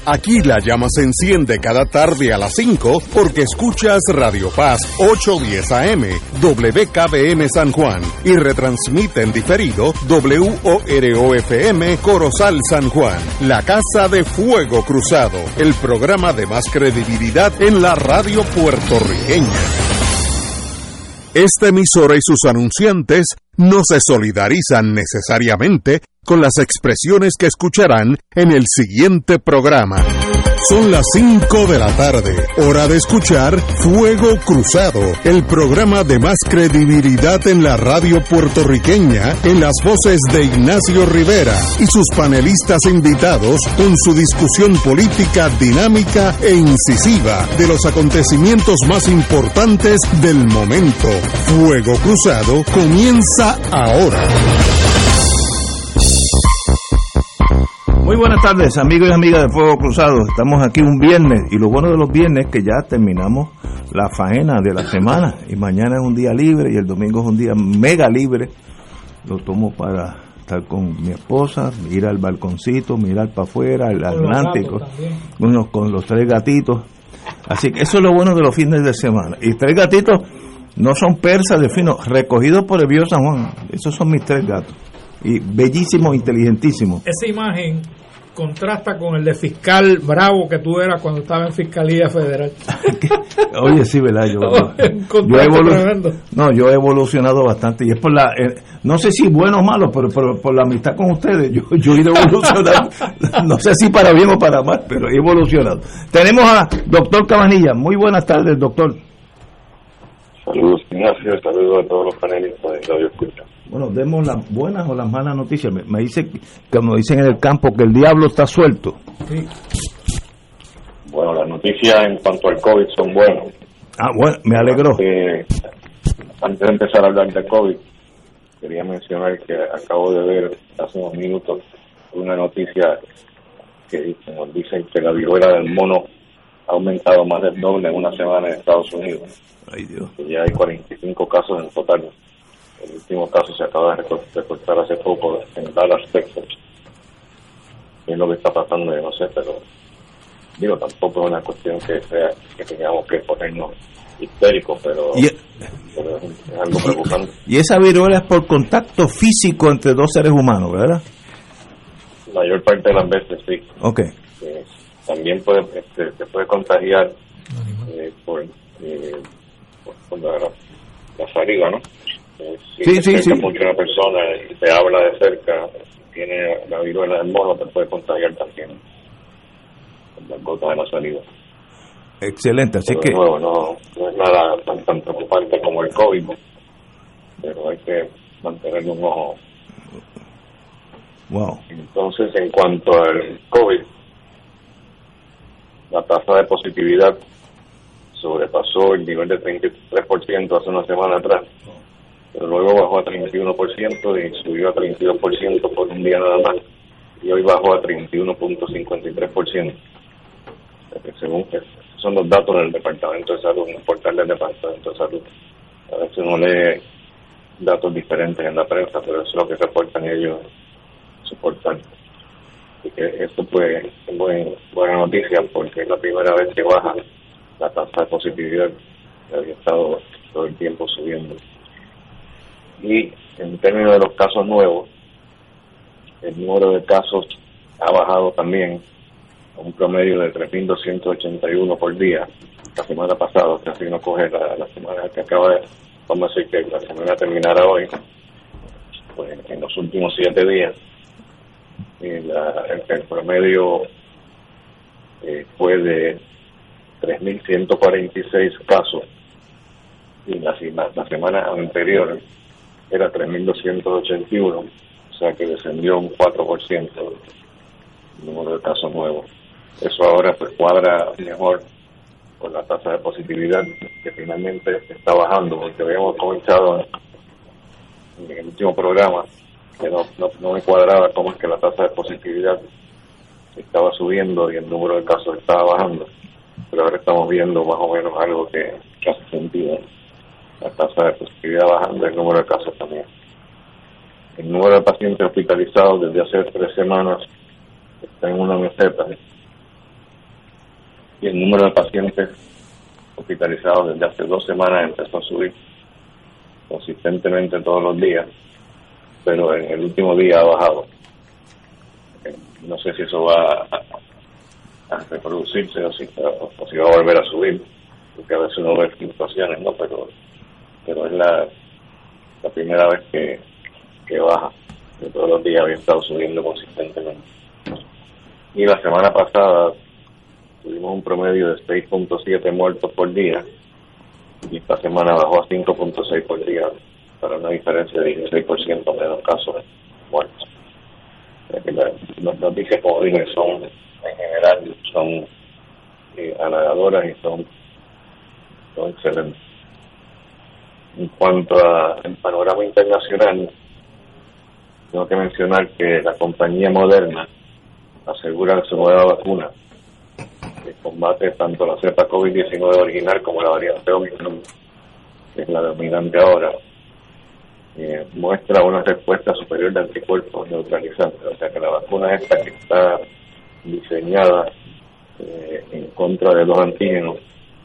Aquí la llama se enciende cada tarde a las 5 porque escuchas Radio Paz 810 AM, WKBM San Juan y retransmite en diferido WOROFM Corozal San Juan, la Casa de Fuego Cruzado, el programa de más credibilidad en la radio puertorriqueña. Esta emisora y sus anunciantes no se solidarizan necesariamente con las expresiones que escucharán en el siguiente programa. Son las 5 de la tarde, hora de escuchar Fuego Cruzado, el programa de más credibilidad en la radio puertorriqueña, en las voces de Ignacio Rivera y sus panelistas invitados con su discusión política dinámica e incisiva de los acontecimientos más importantes del momento. Fuego Cruzado comienza ahora. Muy buenas tardes, amigos y amigas de Fuego Cruzado. Estamos aquí un viernes y lo bueno de los viernes es que ya terminamos la faena de la semana y mañana es un día libre y el domingo es un día mega libre. Lo tomo para estar con mi esposa, ir al balconcito, mirar para afuera, el Atlántico, con los 3 gatitos. Así que eso es lo bueno de los fines de semana. Y 3 gatitos no son persas de fino, recogidos por el Viejo San Juan. Esos son mis 3 gatos. Y bellísimo, inteligentísimo. Esa imagen contrasta con el de fiscal bravo que tú eras cuando estaba en Fiscalía Federal. Oye, sí, ¿verdad? Yo he evolucionado bastante y es por la, no sé si bueno o malo, pero por la amistad con ustedes, yo he ido evolucionando. No sé si para bien o para mal, pero he evolucionado. Tenemos a doctor Cabanilla. Muy buenas tardes, doctor. Saludos, Ignacio, saludos a todos los panelistas de Radio Escucha. Bueno, demos las buenas o las malas noticias. Me dice, como dicen en el campo, que el diablo está suelto. Sí. Bueno, las noticias en cuanto al COVID son buenas. Ah, bueno, me alegró. Antes de empezar a hablar de COVID, quería mencionar que acabo de ver hace unos minutos una noticia que nos dicen que la viruela del mono ha aumentado más del doble en una semana en Estados Unidos. Ay, Dios. Que ya hay 45 casos en total. El último caso se acaba de reportar hace poco en Dallas, Texas. ¿Qué es lo que está pasando? Yo no sé, pero digo, tampoco es una cuestión que tengamos que ponernos histéricos, pero es algo preocupante. Y esa viruela es por contacto físico entre 2 seres humanos, ¿verdad? La mayor parte de las veces sí. Okay. También se puede contagiar por la saliva, ¿no? Si te mucho una persona y te habla de cerca, tiene la viruela del mono, te puede contagiar también con las gotas de la saliva. Excelente, así pero que... De nuevo, no es nada tan preocupante como el COVID, pero hay que mantener un ojo. Wow. Entonces, en cuanto al COVID, la tasa de positividad sobrepasó el nivel de 33% hace una semana atrás, pero luego bajó a 31% y subió a 32% por un día nada más, y hoy bajó a 31.53%. Según son los datos del Departamento de Salud, en el portal del Departamento de Salud. A veces uno lee datos diferentes en la prensa, pero eso es lo que reportan ellos en su portal. Así que esto pues es buena noticia, porque es la primera vez que baja la tasa de positividad, que había estado todo el tiempo subiendo. Y en términos de los casos nuevos, el número de casos ha bajado también a un promedio de 3.281 por día. La semana pasada, casi no coge la semana que acaba de, vamos a decir que la semana terminará hoy, pues en los últimos 7 días, el promedio fue de 3.146 casos, y la semana anterior era 3.281, o sea que descendió un 4% el número de casos nuevos. Eso ahora pues cuadra mejor con la tasa de positividad, que finalmente está bajando, porque habíamos comenzado en el último programa que no me cuadraba cómo es que la tasa de positividad estaba subiendo y el número de casos estaba bajando, pero ahora estamos viendo más o menos algo que hace sentido. La tasa de positividad bajando, el número de casos también. El número de pacientes hospitalizados desde hace 3 semanas está en una meseta, y el número de pacientes hospitalizados desde hace 2 semanas empezó a subir consistentemente todos los días, pero en el último día ha bajado. No sé si eso va a reproducirse o si va a volver a subir, porque a veces uno ve fluctuaciones, ¿no? Pero es la primera vez que baja, que todos los días había estado subiendo consistentemente. Y la semana pasada tuvimos un promedio de 6.7 muertos por día, y esta semana bajó a 5.6 por día, para una diferencia de 16% menos casos muertos. Las noticias, como dije, son en general son halagadoras y son excelentes. En cuanto al panorama internacional, tengo que mencionar que la compañía Moderna asegura que su nueva vacuna que combate tanto la cepa COVID-19 original como la variante Omicron, que es la dominante ahora, muestra una respuesta superior de anticuerpos neutralizantes. O sea que la vacuna esta, que está diseñada en contra de los antígenos,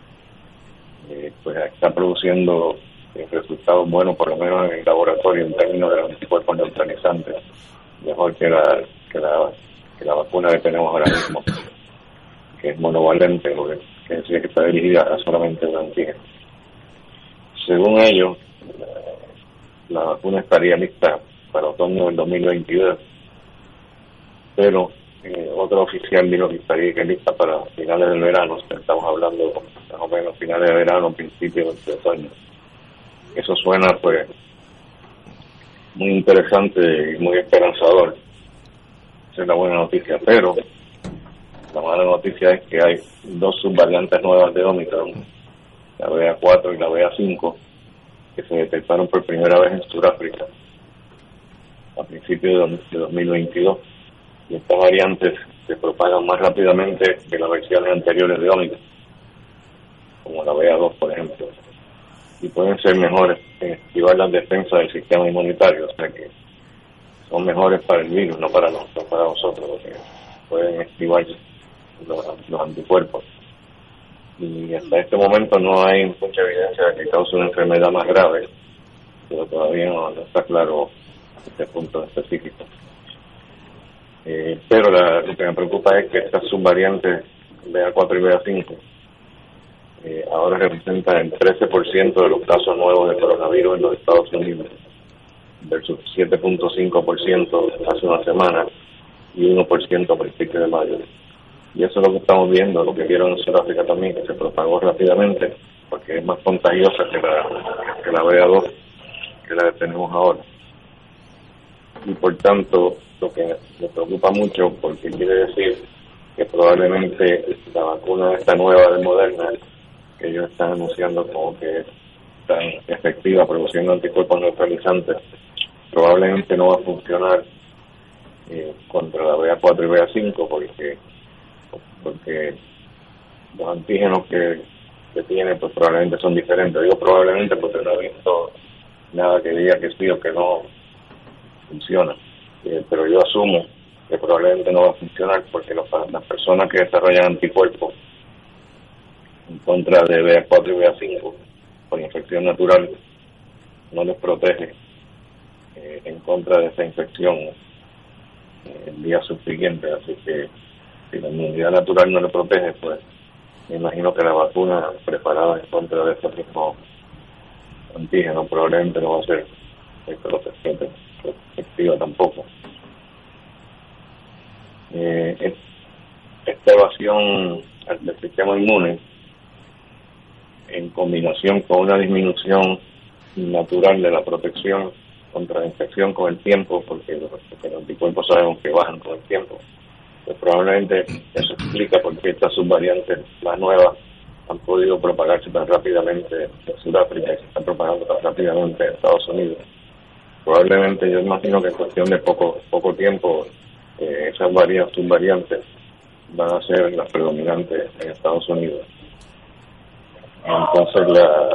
pues está produciendo resultados buenos, por lo menos en el laboratorio, en términos de los anticuerpos neutralizantes, mejor que la vacuna que tenemos ahora mismo, que es monovalente, porque quiere decir que está dirigida a solamente un antígeno. Según ellos, la vacuna estaría lista para otoño del 2022, pero otro oficial dijo que estaría lista para finales del verano. Estamos hablando más o menos finales de verano, principios de otoño. Eso suena pues muy interesante y muy esperanzador. Esa es la buena noticia, pero la mala noticia es que hay 2 subvariantes nuevas de Omicron, la BA4 y la BA5, que se detectaron por primera vez en Sudáfrica a principios de 2022, y estas variantes se propagan más rápidamente que las versiones anteriores de Omicron, como la BA2 por ejemplo, y pueden ser mejores en activar las defensas del sistema inmunitario. O sea que son mejores para el virus, no para nosotros, porque pueden activar los anticuerpos. Y hasta este momento no hay mucha evidencia de que cause una enfermedad más grave, pero todavía no está claro este punto específico. Pero lo que me preocupa es que estas subvariantes BA4 y BA5 ahora representan el 13% de los casos nuevos de coronavirus en los Estados Unidos, versus 7.5% hace una semana y 1% a principios de mayo. Y eso es lo que estamos viendo, lo que vieron en Sudáfrica también, que se propagó rápidamente, porque es más contagiosa que la BA2, que la que tenemos ahora. Y por tanto, lo que me preocupa mucho, porque quiere decir que probablemente la vacuna esta nueva de Moderna, que ellos están anunciando como que es tan efectiva produciendo anticuerpos neutralizantes, probablemente no va a funcionar contra la BA4 y BA5, porque los antígenos que tiene pues probablemente son diferentes. Digo probablemente porque no he visto nada que diga que sí o que no funciona, pero yo asumo que probablemente no va a funcionar porque las personas que desarrollan anticuerpos en contra de BA4 y BA5 por infección natural no les protege en contra de esa infección el día subsiguiente. Así que si la inmunidad natural no le protege, pues me imagino que la vacuna preparada en contra de estos mismos antígenos probablemente no va a ser efectiva tampoco. Esta evasión del sistema inmune, en combinación con una disminución natural de la protección contra la infección con el tiempo, porque los anticuerpos sabemos que bajan con el tiempo, pues probablemente eso explica por qué estas subvariantes más nuevas han podido propagarse tan rápidamente en Sudáfrica y se están propagando tan rápidamente en Estados Unidos. Probablemente, yo imagino que en cuestión de poco tiempo esas subvariantes van a ser las predominantes en Estados Unidos. Entonces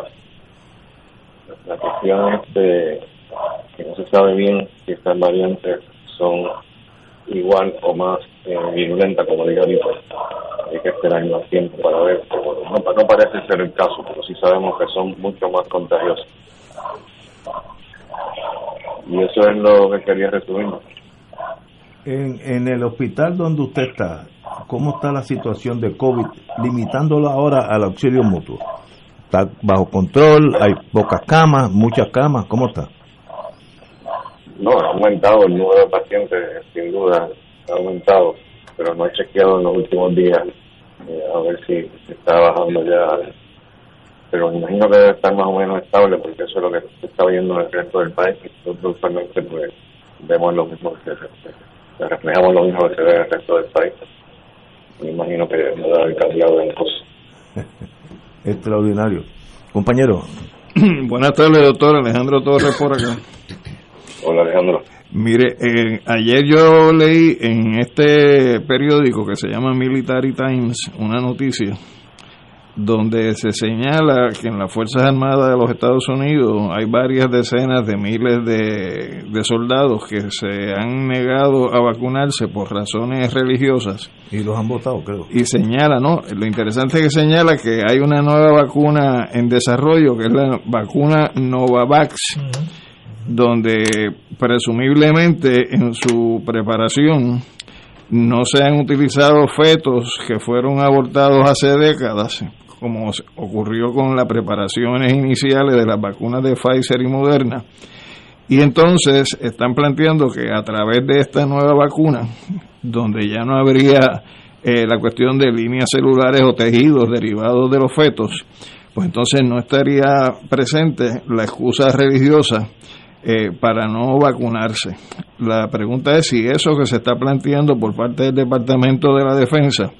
la cuestión es que no se sabe bien si estas variantes son igual o más virulentas, como digo ahorita. hay que esperar más tiempo para ver, pero no parece ser el caso, pero sí sabemos que son mucho más contagiosos. Y eso es lo que quería resumir. En el hospital donde usted está, ¿cómo está la situación de COVID, limitándolo ahora al auxilio mutuo? ¿Está bajo control? ¿Hay pocas camas, muchas camas? ¿Cómo está? No, ha aumentado el número de pacientes, sin duda, ha aumentado, pero no he chequeado en los últimos días a ver si está bajando ya. Pero me imagino que debe estar más o menos estable, porque eso es lo que se está viendo en el resto del país. Nosotros usualmente pues vemos lo mismo, que reflejamos lo mismo que se ve en el resto del país. Me imagino que no debe haber cambiado en cosas. Extraordinario. Compañero. Buenas tardes, doctor Alejandro Torres por acá. Hola, Alejandro. Mire, ayer yo leí en este periódico que se llama Military Times una noticia donde se señala que en las Fuerzas Armadas de los Estados Unidos hay varias decenas de miles de soldados que se han negado a vacunarse por razones religiosas. Y los han votado, creo. Y señala, ¿no? Lo interesante es que señala que hay una nueva vacuna en desarrollo, que es la vacuna Novavax, donde presumiblemente en su preparación no se han utilizado fetos que fueron abortados hace décadas, como ocurrió con las preparaciones iniciales de las vacunas de Pfizer y Moderna. Y entonces están planteando que a través de esta nueva vacuna, donde ya no habría la cuestión de líneas celulares o tejidos derivados de los fetos, pues entonces no estaría presente la excusa religiosa para no vacunarse. La pregunta es si eso que se está planteando por parte del Departamento de la Defensa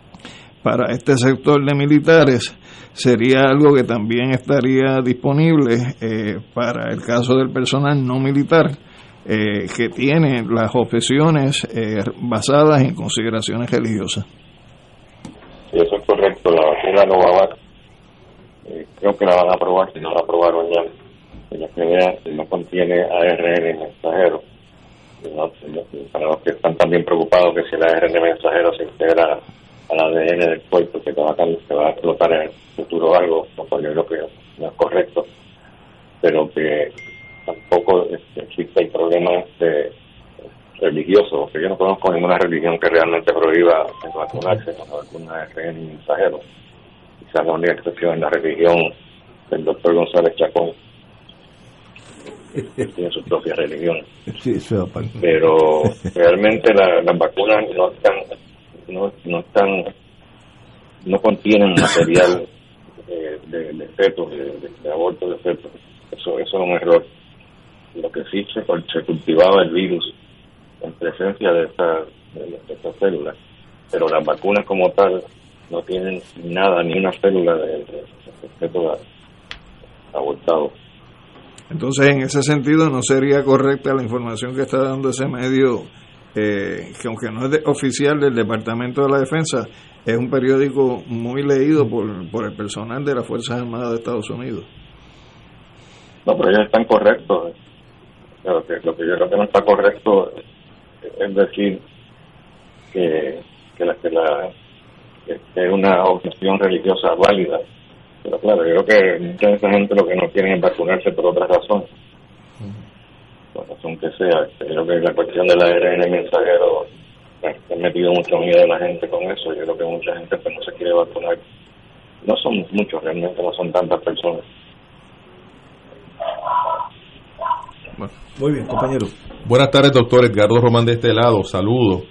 para este sector de militares sería algo que también estaría disponible para el caso del personal no militar que tiene las objeciones basadas en consideraciones religiosas. Sí, eso es correcto. La vacuna Novavax creo que la van a aprobar, si no la aprobaron ya. La primera no contiene ARN mensajero. Para los que están también preocupados que si el ARN mensajero se integra al ADN del cuerpo, que va a explotar en el futuro algo, pues yo creo que no es correcto, pero que tampoco existe el problema religioso, porque yo no conozco ninguna religión que realmente prohíba vacunarse con la vacuna ARN mensajero. Quizás la única excepción es la religión del doctor González Chacón, tiene su propia religión. Sí, pero realmente las vacunas no contienen material de fetos, de aborto de fetos. Eso es un error. Lo que sí se cultivaba el virus en presencia de estas células, pero las vacunas como tal no tienen nada, ni una célula de feto abortado. Entonces, en ese sentido, ¿no sería correcta la información que está dando ese medio, que aunque no es oficial del Departamento de la Defensa, es un periódico muy leído por el personal de las Fuerzas Armadas de Estados Unidos? No, pero ellos están correctos. Lo que yo creo que no está correcto es decir que es una objeción religiosa válida. Pero claro, yo creo que mucha de esa gente lo que no quieren es vacunarse por otra razón. Por razón que sea. Yo creo que la cuestión del ARN mensajero ha metido mucho miedo a la gente con eso. Yo creo que mucha gente pues no se quiere vacunar. No son muchos, realmente no son tantas personas. Bueno, muy bien, compañero. Buenas tardes, doctor Edgardo Román de este lado. Saludos.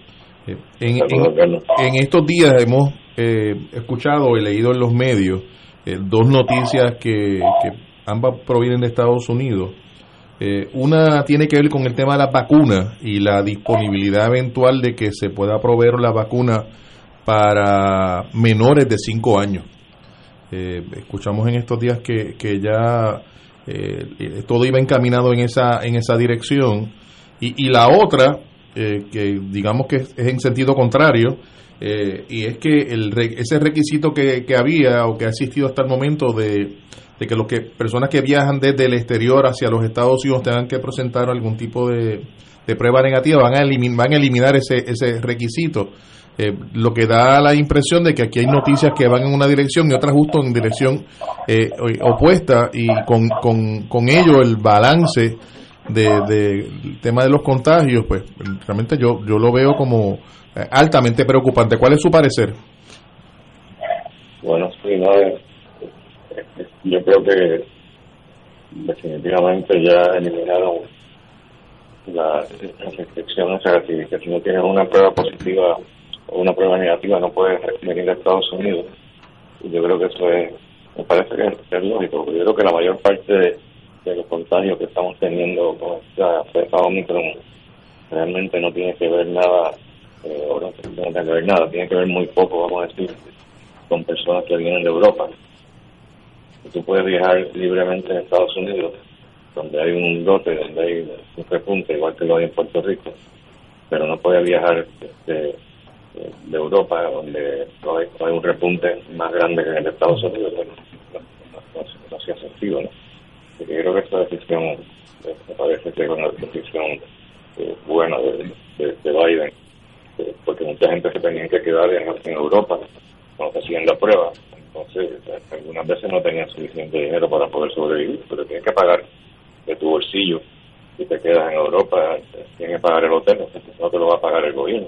En estos días hemos escuchado y leído en los medios dos noticias que ambas provienen de Estados Unidos. Una tiene que ver con el tema de las vacunas y la disponibilidad eventual de que se pueda proveer la vacuna para menores de 5 años. Escuchamos en estos días que ya todo iba encaminado en esa dirección. Y la otra, que digamos que es en sentido contrario, y es que ese requisito que había o que ha existido hasta el momento de que personas que viajan desde el exterior hacia los Estados Unidos tengan que presentar algún tipo de de prueba negativa, van a eliminar ese requisito. Lo que da la impresión de que aquí hay noticias que van en una dirección y otras justo en dirección opuesta, y con ello el balance del tema de los contagios, pues realmente yo lo veo como altamente preocupante. ¿Cuál es su parecer? Bueno, sí, yo creo que definitivamente ya eliminaron las restricciones, o sea, que si no tienes una prueba positiva o una prueba negativa no puedes venir a Estados Unidos. Y yo creo que eso me parece que es lógico, porque yo creo que la mayor parte de los contagios que estamos teniendo con esta cepa Omicron realmente no tiene que ver nada, o no tiene que ver nada, tiene que ver muy poco, vamos a decir, con personas que vienen de Europa. Y tú puedes viajar libremente en Estados Unidos, donde hay un brote, donde hay un repunte, igual que lo hay en Puerto Rico, pero no puedes viajar de Europa, donde no hay un repunte más grande que en Estados Unidos. No hacía sentido, ¿no? Y creo que esta decisión, me parece que es una decisión buena de Biden, porque mucha gente se tenía que quedar en Europa cuando hacían la prueba. Entonces, algunas veces no tenían suficiente dinero para poder sobrevivir, pero tienes que pagar de tu bolsillo. Si te quedas en Europa, tienes que pagar el hotel, no te lo va a pagar el gobierno.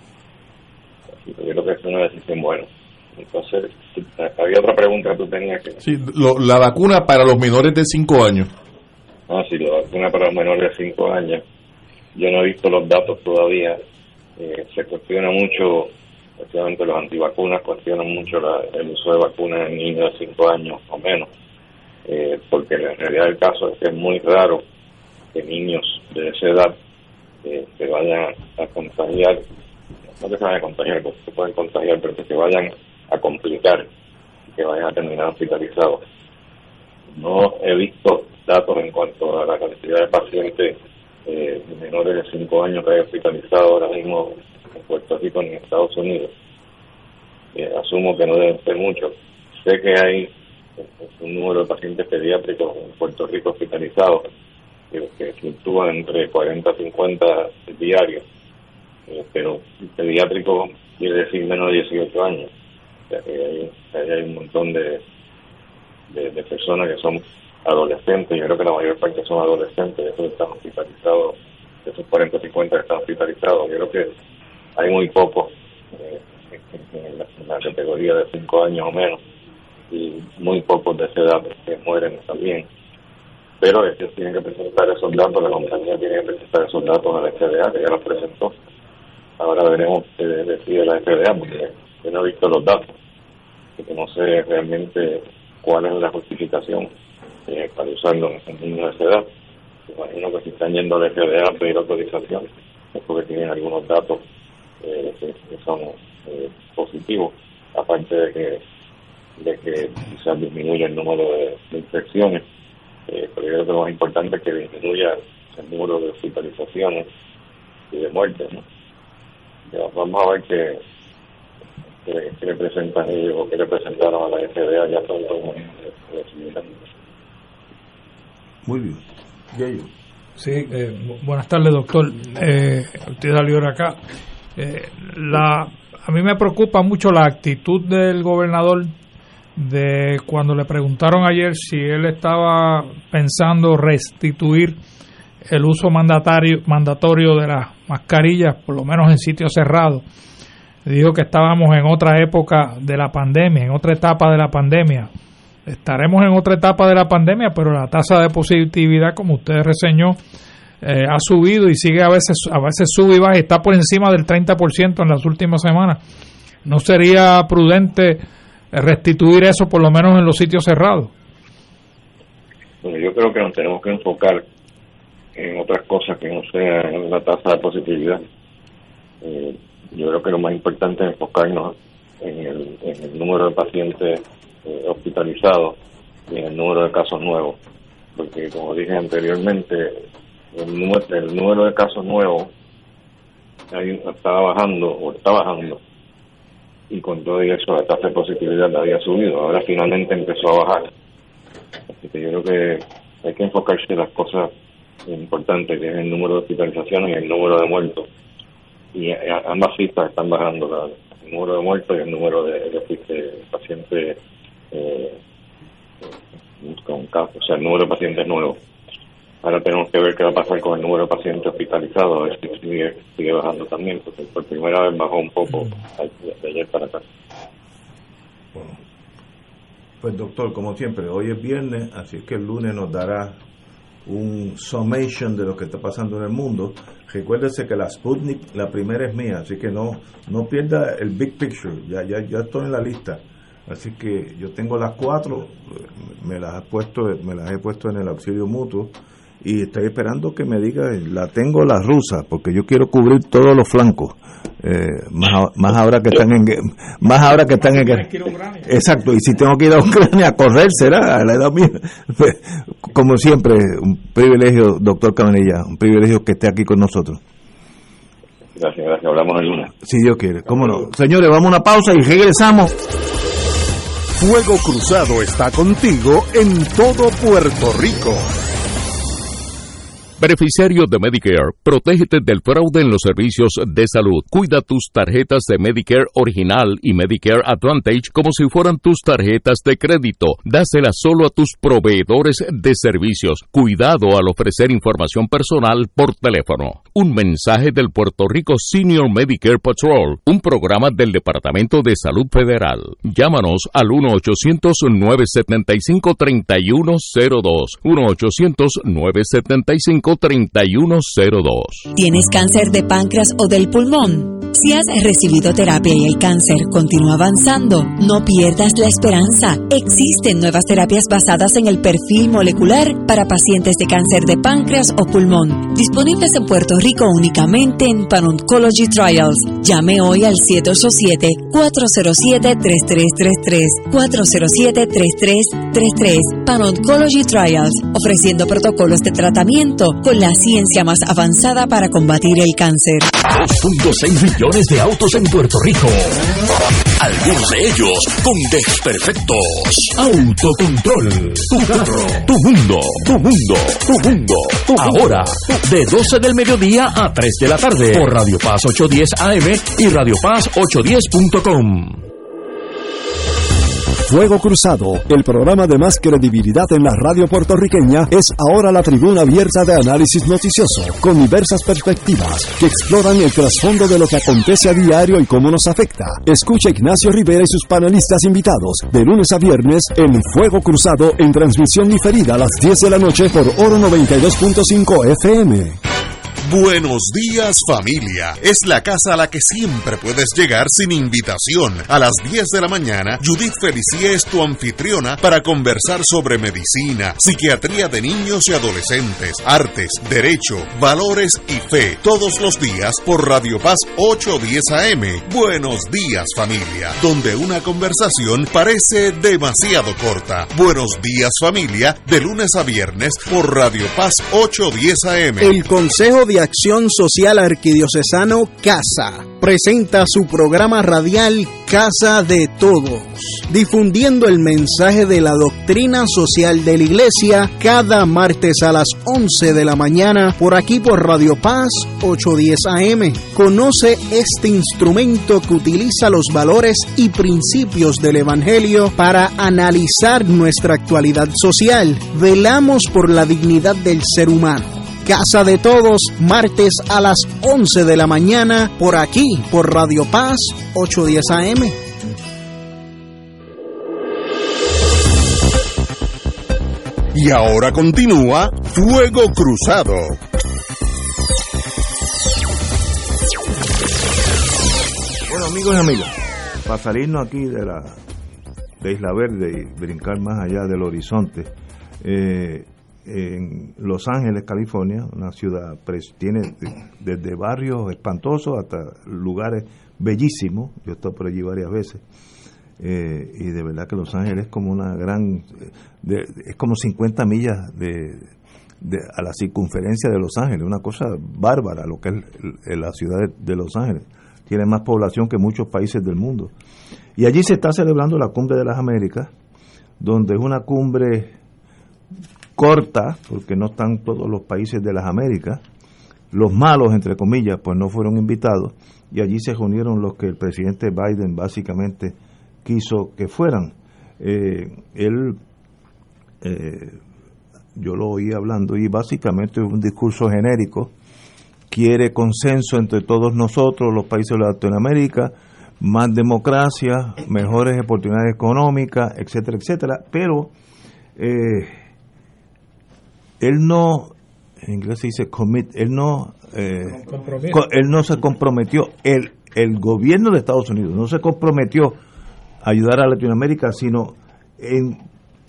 Así que yo creo que es una decisión buena. Entonces, había otra pregunta que tú tenías que... Sí, la vacuna para los menores de 5 años. Sí, la vacuna para los menores de 5 años. Yo no he visto los datos todavía. Se cuestiona mucho, especialmente los antivacunas, cuestionan mucho el uso de vacunas en niños de 5 años o menos. Porque en realidad el caso es que es muy raro que niños de esa edad se vayan a contagiar, no que se vayan a contagiar, porque se pueden contagiar, pero que se vayan a complicar, que vayan a terminar hospitalizados. No he visto datos en cuanto a la cantidad de pacientes menores de 5 años que hay hospitalizados ahora mismo en Puerto Rico ni en Estados Unidos. Asumo que no deben ser muchos. Sé que hay un número de pacientes pediátricos en Puerto Rico hospitalizados que fluctúan entre 40 a 50 diarios, pero pediátrico quiere decir menos de 18 años. O sea que hay un montón de personas que son adolescentes. Yo creo que la mayor parte son adolescentes, esos que están hospitalizados, de esos 40 o 50 que están hospitalizados. Yo creo que hay muy pocos en la categoría de 5 años o menos, y muy pocos de esa edad que mueren también. Pero ellos tienen que presentar esos datos, la compañía tiene que presentar esos datos a la FDA, que ya los presentó. Ahora veremos qué decide la FDA, porque yo no he visto los datos, porque no sé realmente cuál es la justificación para usarlo en niños de esa edad. Imagino que si están yendo a la FDA a pedir autorización es porque tienen algunos datos que son positivos, aparte de que quizás disminuya el número de infecciones, pero yo creo que lo más importante es que disminuya el número de hospitalizaciones y de muertes, ¿no? Ya, vamos a ver qué le presentan ellos o qué le presentaron a la FDA ya pronto. Muy bien. Sí, buenas tardes, doctor. Usted salió de acá. A mí me preocupa mucho la actitud del gobernador de cuando le preguntaron ayer si él estaba pensando restituir el uso mandatorio de las mascarillas, por lo menos en sitios cerrados. Dijo que estábamos en otra época de la pandemia, en otra etapa de la pandemia. Estaremos en otra etapa de la pandemia, pero la tasa de positividad, como usted reseñó, ha subido y sigue a veces sube y baja, y está por encima del 30% en las últimas semanas. ¿No sería prudente restituir eso por lo menos en los sitios cerrados? Bueno, yo creo que nos tenemos que enfocar en otras cosas que no sean la tasa de positividad. Yo creo que lo más importante es enfocarnos en el número de pacientes hospitalizados y en el número de casos nuevos, porque como dije anteriormente, el número de casos nuevos está bajando, y con todo eso la tasa de positividad había subido, ahora finalmente empezó a bajar. Así que yo creo que hay que enfocarse en las cosas importante, que es el número de hospitalizaciones y el número de muertos. Y ambas cifras están bajando, el número de muertos y el número de pacientes con casos, o sea, el número de pacientes nuevos. Ahora tenemos que ver qué va a pasar con el número de pacientes hospitalizados, a ver si sigue bajando también, porque por primera vez bajó un poco de ayer para acá. Bueno, pues doctor, como siempre, hoy es viernes, así que el lunes nos dará un summation de lo que está pasando en el mundo. Recuérdese que la Sputnik, la primera es mía, así que no pierda el big picture, ya estoy en la lista. Así que yo tengo las 4, me las he puesto en el auxilio mutuo y estoy esperando que me diga, la tengo la rusa, porque yo quiero cubrir todos los flancos, más ahora que están en guerra. Exacto, y si tengo que ir a Ucrania a correr, será a la edad mía. Como siempre, un privilegio, doctor Cabanilla, un privilegio que esté aquí con nosotros. Gracias, hablamos el lunes. Si Dios quiere, cómo no. Señores, vamos a una pausa y regresamos. Fuego Cruzado está contigo en todo Puerto Rico. Beneficiario de Medicare, protégete del fraude en los servicios de salud. Cuida tus tarjetas de Medicare Original y Medicare Advantage como si fueran tus tarjetas de crédito. Dáselas solo a tus proveedores de servicios. Cuidado al ofrecer información personal por teléfono. Un mensaje del Puerto Rico Senior Medicare Patrol, un programa del Departamento de Salud Federal. Llámanos al 1-800-975-3102. 1-800-975-3102. ¿Tienes cáncer de páncreas o del pulmón? Si has recibido terapia y el cáncer continúa avanzando, no pierdas la esperanza. Existen nuevas terapias basadas en el perfil molecular para pacientes de cáncer de páncreas o pulmón, disponibles en Puerto Rico únicamente en Pan Oncology Trials. Llame hoy al 787-407-3333, 407-3333, Pan Oncology Trials, ofreciendo protocolos de tratamiento con la ciencia más avanzada para combatir el cáncer. 2.6 millones de autos en Puerto Rico. Algunos de ellos con desperfectos. Autocontrol. Tu carro. Tu mundo. Tu mundo. Tu mundo. Ahora, de 12 del mediodía a 3 de la tarde. Por Radio Paz 810 AM y Radio Paz 810.com. Fuego Cruzado, el programa de más credibilidad en la radio puertorriqueña, es ahora la tribuna abierta de análisis noticioso, con diversas perspectivas que exploran el trasfondo de lo que acontece a diario y cómo nos afecta. Escucha Ignacio Rivera y sus panelistas invitados, de lunes a viernes, en Fuego Cruzado, en transmisión diferida a las 10 de la noche por Oro 92.5 FM. Buenos días, familia. Es la casa a la que siempre puedes llegar sin invitación. A las 10 de la mañana, Judith Felicie es tu anfitriona para conversar sobre medicina, psiquiatría de niños y adolescentes, artes, derecho, valores y fe. Todos los días por Radio Paz 810 AM. Buenos días, familia. Donde una conversación parece demasiado corta. Buenos días, familia. De lunes a viernes por Radio Paz 810 AM. El Consejo de Acción Social Arquidiocesano CASA presenta su programa radial Casa de Todos, difundiendo el mensaje de la doctrina social de la Iglesia cada martes a las 11 de la mañana por aquí por Radio Paz 810 AM. Conoce este instrumento que utiliza los valores y principios del Evangelio para analizar nuestra actualidad social. Velamos por la dignidad del ser humano. Casa de Todos, martes a las 11 de la mañana, por aquí, por Radio Paz 810 AM. Y ahora continúa Fuego Cruzado. Bueno, amigos y amigas, para salirnos aquí de Isla Verde y brincar más allá del horizonte, en Los Ángeles, California, una ciudad tiene desde barrios espantosos hasta lugares bellísimos. Yo he estado por allí varias veces y de verdad que Los Ángeles es como una gran es como 50 millas a la circunferencia de Los Ángeles, una cosa bárbara lo que es la ciudad de Los Ángeles. Tiene más población que muchos países del mundo, y allí se está celebrando la Cumbre de las Américas, donde es una cumbre corta, porque no están todos los países de las Américas. Los malos, entre comillas, pues no fueron invitados, y allí se reunieron los que el presidente Biden básicamente quiso que fueran. Yo lo oí hablando y básicamente es un discurso genérico, quiere consenso entre todos nosotros, los países de Latinoamérica, más democracia, mejores oportunidades económicas, etcétera, etcétera, pero él no, en inglés se dice commit, él no se comprometió, el gobierno de Estados Unidos no se comprometió a ayudar a Latinoamérica, sino en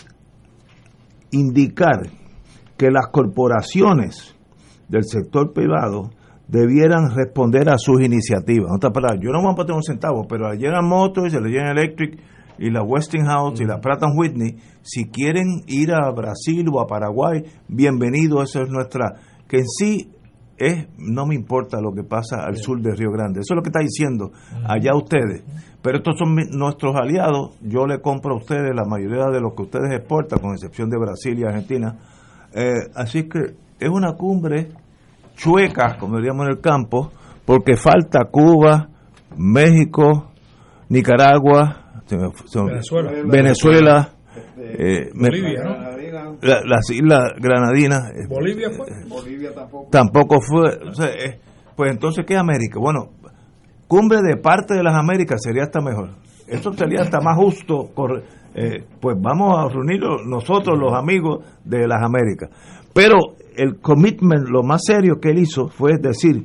indicar que las corporaciones del sector privado debieran responder a sus iniciativas. En otras palabras, yo no voy a poner un centavo, pero la General Motors, la General Electric y la Westinghouse y la Pratt & Whitney, si quieren ir a Brasil o a Paraguay, bienvenido, eso es nuestra, que en sí no me importa lo que pasa al sur de Río Grande, eso es lo que está diciendo allá ustedes, pero estos son nuestros aliados, yo le compro a ustedes la mayoría de lo que ustedes exportan, con excepción de Brasil y Argentina, así que es una cumbre chueca, como diríamos en el campo, porque falta Cuba, México, Nicaragua, Venezuela, Bolivia, ¿no? Las Islas Granadinas. Bolivia fue. Bolivia tampoco fue. O sea, pues entonces, ¿qué es América? Bueno, cumbre de parte de las Américas sería hasta mejor. Eso sería hasta más justo. Pues vamos a reunirnos nosotros, los amigos de las Américas. Pero el commitment, lo más serio que él hizo fue decir,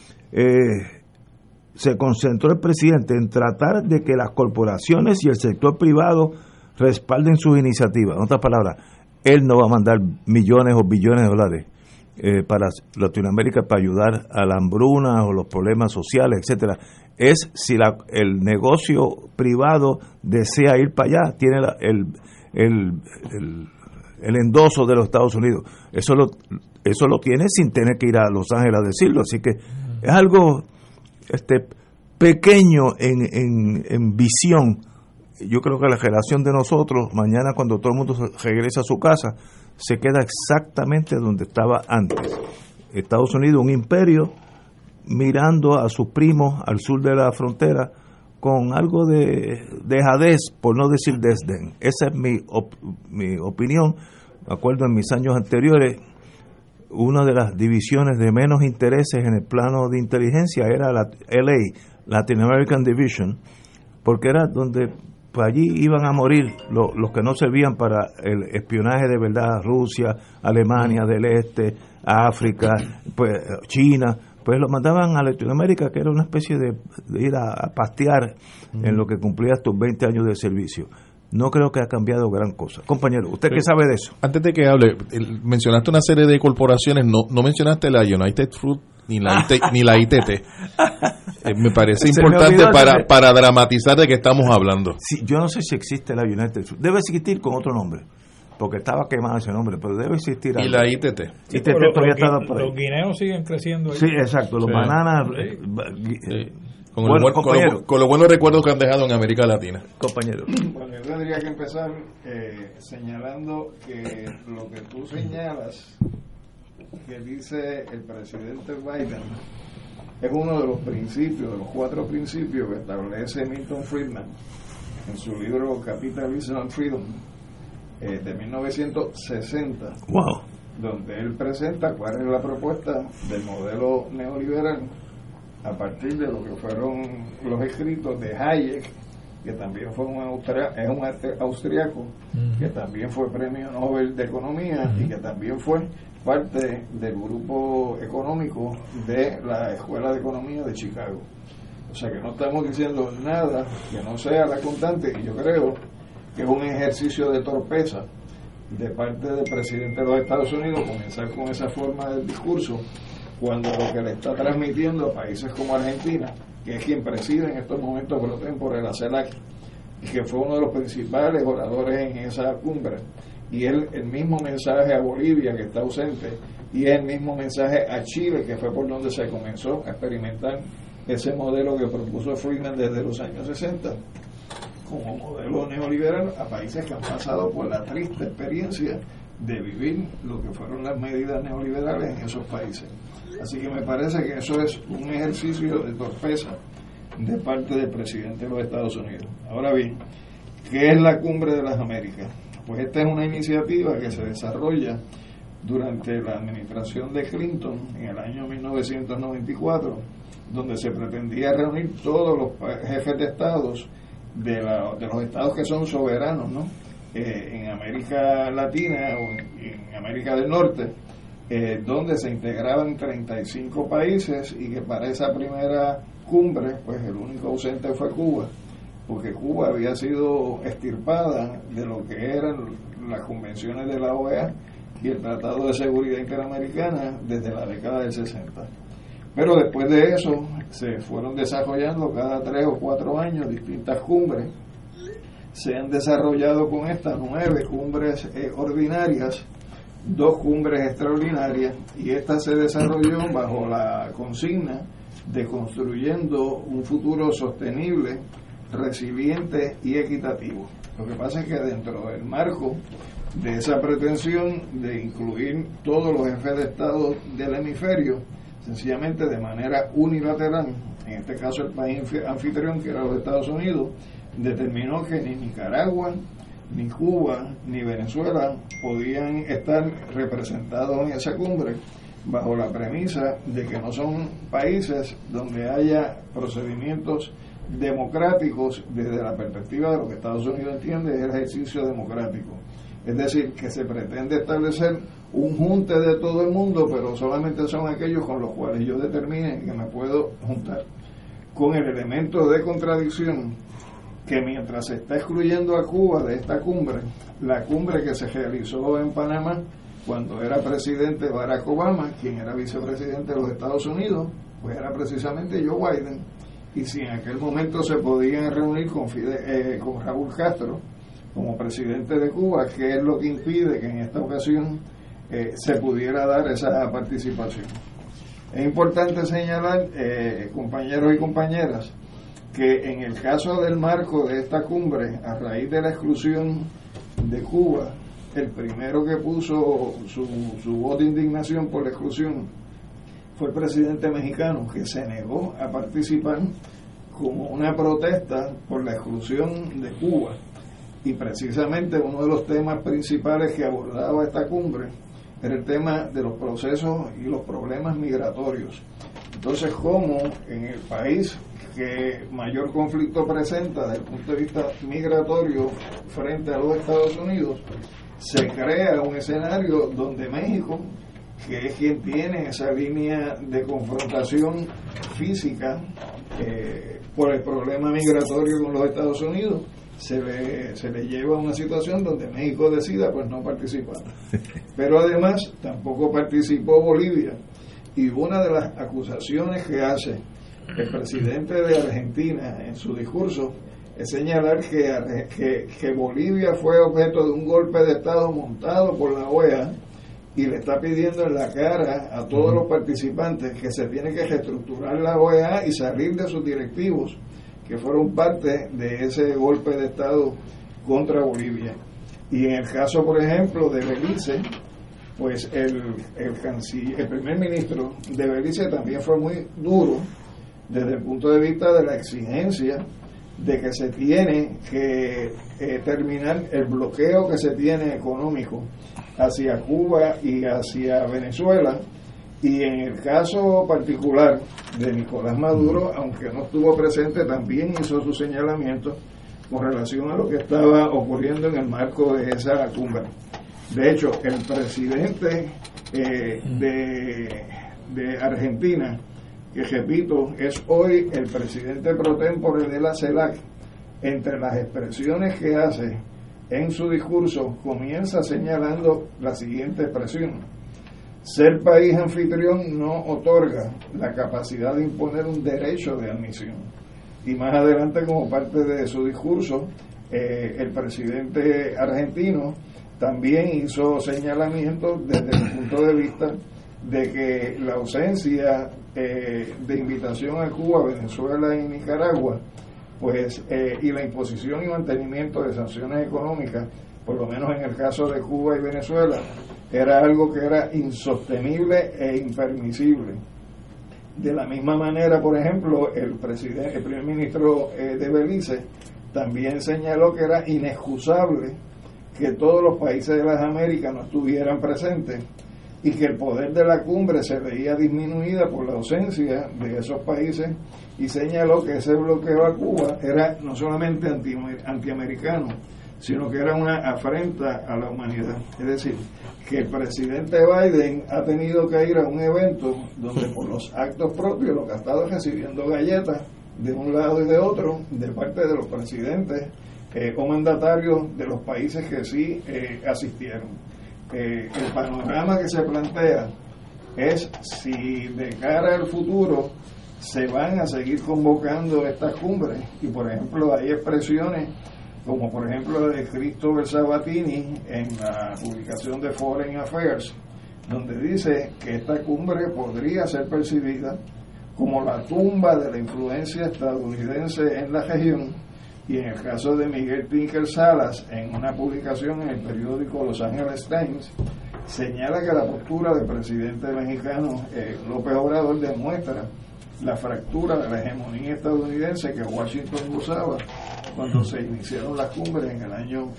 se concentró el presidente en tratar de que las corporaciones y el sector privado respalden sus iniciativas. En otras palabras, él no va a mandar millones o billones de dólares para Latinoamérica para ayudar a la hambruna o los problemas sociales, etcétera. Es si el negocio privado desea ir para allá, tiene el endoso de los Estados Unidos. Eso lo tiene sin tener que ir a Los Ángeles a decirlo. Así que es algo pequeño en visión. Yo creo que la generación de nosotros, mañana cuando todo el mundo regresa a su casa, se queda exactamente donde estaba antes. Estados Unidos, un imperio, mirando a sus primos al sur de la frontera con algo de dejadez, por no decir desdén. Esa es mi opinión. Me acuerdo en mis años anteriores, una de las divisiones de menos intereses en el plano de inteligencia era la LA, Latin American Division, porque era donde allí iban a morir los que no servían para el espionaje de verdad, Rusia, Alemania del Este, África, pues China, pues lo mandaban a Latinoamérica, que era una especie de ir a pastear en lo que cumplía estos 20 años de servicio. No creo que ha cambiado gran cosa. Compañero, ¿usted qué sabe de eso? Antes de que hable, mencionaste una serie de corporaciones, no mencionaste la United Fruit ni la ITT. Me parece importante para dramatizar de qué estamos hablando. Sí, yo no sé si existe la United Fruit. Debe existir con otro nombre, porque estaba quemado ese nombre, pero debe existir algo. ¿Y la ITT? Sí, los guineos siguen creciendo ahí. Sí, exacto, los bananas. Con los buenos recuerdos que han dejado en América Latina. Compañero. Bueno, yo tendría que empezar señalando que lo que tú señalas, que dice el presidente Biden, es uno de los principios, de los 4 principios que establece Milton Friedman en su libro Capitalism and Freedom de 1960, wow, donde él presenta cuál es la propuesta del modelo neoliberal a partir de lo que fueron los escritos de Hayek, que también fue un austriaco, que también fue premio Nobel de Economía y que también fue parte del grupo económico de la Escuela de Economía de Chicago. O sea que no estamos diciendo nada que no sea la constante, y yo creo que es un ejercicio de torpeza de parte del presidente de los Estados Unidos comenzar con esa forma del discurso, cuando lo que le está transmitiendo a países como Argentina, que es quien preside en estos momentos pro tempore la CELAC, y que fue uno de los principales oradores en esa cumbre, y el mismo mensaje a Bolivia, que está ausente, y el mismo mensaje a Chile, que fue por donde se comenzó a experimentar ese modelo que propuso Friedman desde los años 60 como modelo neoliberal a países que han pasado por la triste experiencia de vivir lo que fueron las medidas neoliberales en esos países. Así que me parece que eso es un ejercicio de torpeza de parte del presidente de los Estados Unidos. Ahora bien, ¿qué es la Cumbre de las Américas? Pues esta es una iniciativa que se desarrolla durante la administración de Clinton en el año 1994, donde se pretendía reunir todos los jefes de estados de los estados que son soberanos, ¿no? En América Latina o en América del Norte, donde se integraban 35 países, y que para esa primera cumbre pues el único ausente fue Cuba, porque Cuba había sido extirpada de lo que eran las convenciones de la OEA y el Tratado de Seguridad Interamericana desde la década del 60. Pero después de eso se fueron desarrollando cada 3 o 4 años distintas cumbres. Se han desarrollado con estas 9 cumbres ordinarias, 2 cumbres extraordinarias, y esta se desarrolló bajo la consigna de construyendo un futuro sostenible, resiliente y equitativo. Lo que pasa es que dentro del marco de esa pretensión de incluir todos los jefes de Estado del hemisferio, sencillamente de manera unilateral, en este caso el país anfitrión, que era los Estados Unidos, determinó que ni Nicaragua, ni Cuba, ni Venezuela podían estar representados en esa cumbre, bajo la premisa de que no son países donde haya procedimientos democráticos desde la perspectiva de lo que Estados Unidos entiende es el ejercicio democrático. Es decir, que se pretende establecer un junte de todo el mundo, pero solamente son aquellos con los cuales yo determine que me puedo juntar. Con el elemento de contradicción que mientras se está excluyendo a Cuba de esta cumbre, la cumbre que se realizó en Panamá cuando era presidente Barack Obama, quien era vicepresidente de los Estados Unidos, pues era precisamente Joe Biden. Y si en aquel momento se podían reunir con Raúl Castro como presidente de Cuba, ¿qué es lo que impide que en esta ocasión se pudiera dar esa participación? Es importante señalar, compañeros y compañeras, que en el caso del marco de esta cumbre, a raíz de la exclusión de Cuba, el primero que puso su voz de indignación por la exclusión fue el presidente mexicano, que se negó a participar como una protesta por la exclusión de Cuba. Y precisamente uno de los temas principales que abordaba esta cumbre era el tema de los procesos y los problemas migratorios. Entonces, ¿cómo en el país que mayor conflicto presenta desde el punto de vista migratorio frente a los Estados Unidos, se crea un escenario donde México, que es quien tiene esa línea de confrontación física por el problema migratorio con los Estados Unidos, se le lleva a una situación donde México decida pues no participar. Pero además tampoco participó Bolivia, y una de las acusaciones que hace el presidente de Argentina en su discurso es señalar que Bolivia fue objeto de un golpe de Estado montado por la OEA, y le está pidiendo en la cara a todos los participantes que se tiene que reestructurar la OEA y salir de sus directivos que fueron parte de ese golpe de Estado contra Bolivia. Y en el caso, por ejemplo, de Belice, pues el primer ministro de Belice también fue muy duro desde el punto de vista de la exigencia de que se tiene que terminar el bloqueo que se tiene económico hacia Cuba y hacia Venezuela. Y en el caso particular de Nicolás Maduro, aunque no estuvo presente, también hizo su señalamiento con relación a lo que estaba ocurriendo en el marco de esa cumbre. De hecho, el presidente de Argentina, que repito, es hoy el presidente pro tempore de la CELAC, entre las expresiones que hace en su discurso, comienza señalando la siguiente expresión: ser país anfitrión no otorga la capacidad de imponer un derecho de admisión. Y más adelante, como parte de su discurso, el presidente argentino también hizo señalamientos desde el punto de vista de que la ausencia de invitación a Cuba, Venezuela y Nicaragua, pues y la imposición y mantenimiento de sanciones económicas por lo menos en el caso de Cuba y Venezuela, era algo que era insostenible e impermisible. De la misma manera, por ejemplo, el primer ministro de Belice también señaló que era inexcusable que todos los países de las Américas no estuvieran presentes y que el poder de la cumbre se veía disminuida por la ausencia de esos países, y señaló que ese bloqueo a Cuba era no solamente antiamericano, sino que era una afrenta a la humanidad. Es decir, que el presidente Biden ha tenido que ir a un evento donde por los actos propios lo que ha estado recibiendo galletas de un lado y de otro de parte de los presidentes o mandatarios de los países que sí asistieron. El panorama que se plantea es si de cara al futuro se van a seguir convocando estas cumbres, y por ejemplo hay expresiones como por ejemplo la de Christopher Sabatini en la publicación de Foreign Affairs, donde dice que esta cumbre podría ser percibida como la tumba de la influencia estadounidense en la región, y en el caso de Miguel Pinker Salas, en una publicación en el periódico Los Angeles Times, señala que la postura del presidente mexicano López Obrador demuestra la fractura de la hegemonía estadounidense que Washington usaba cuando se iniciaron las cumbres en el año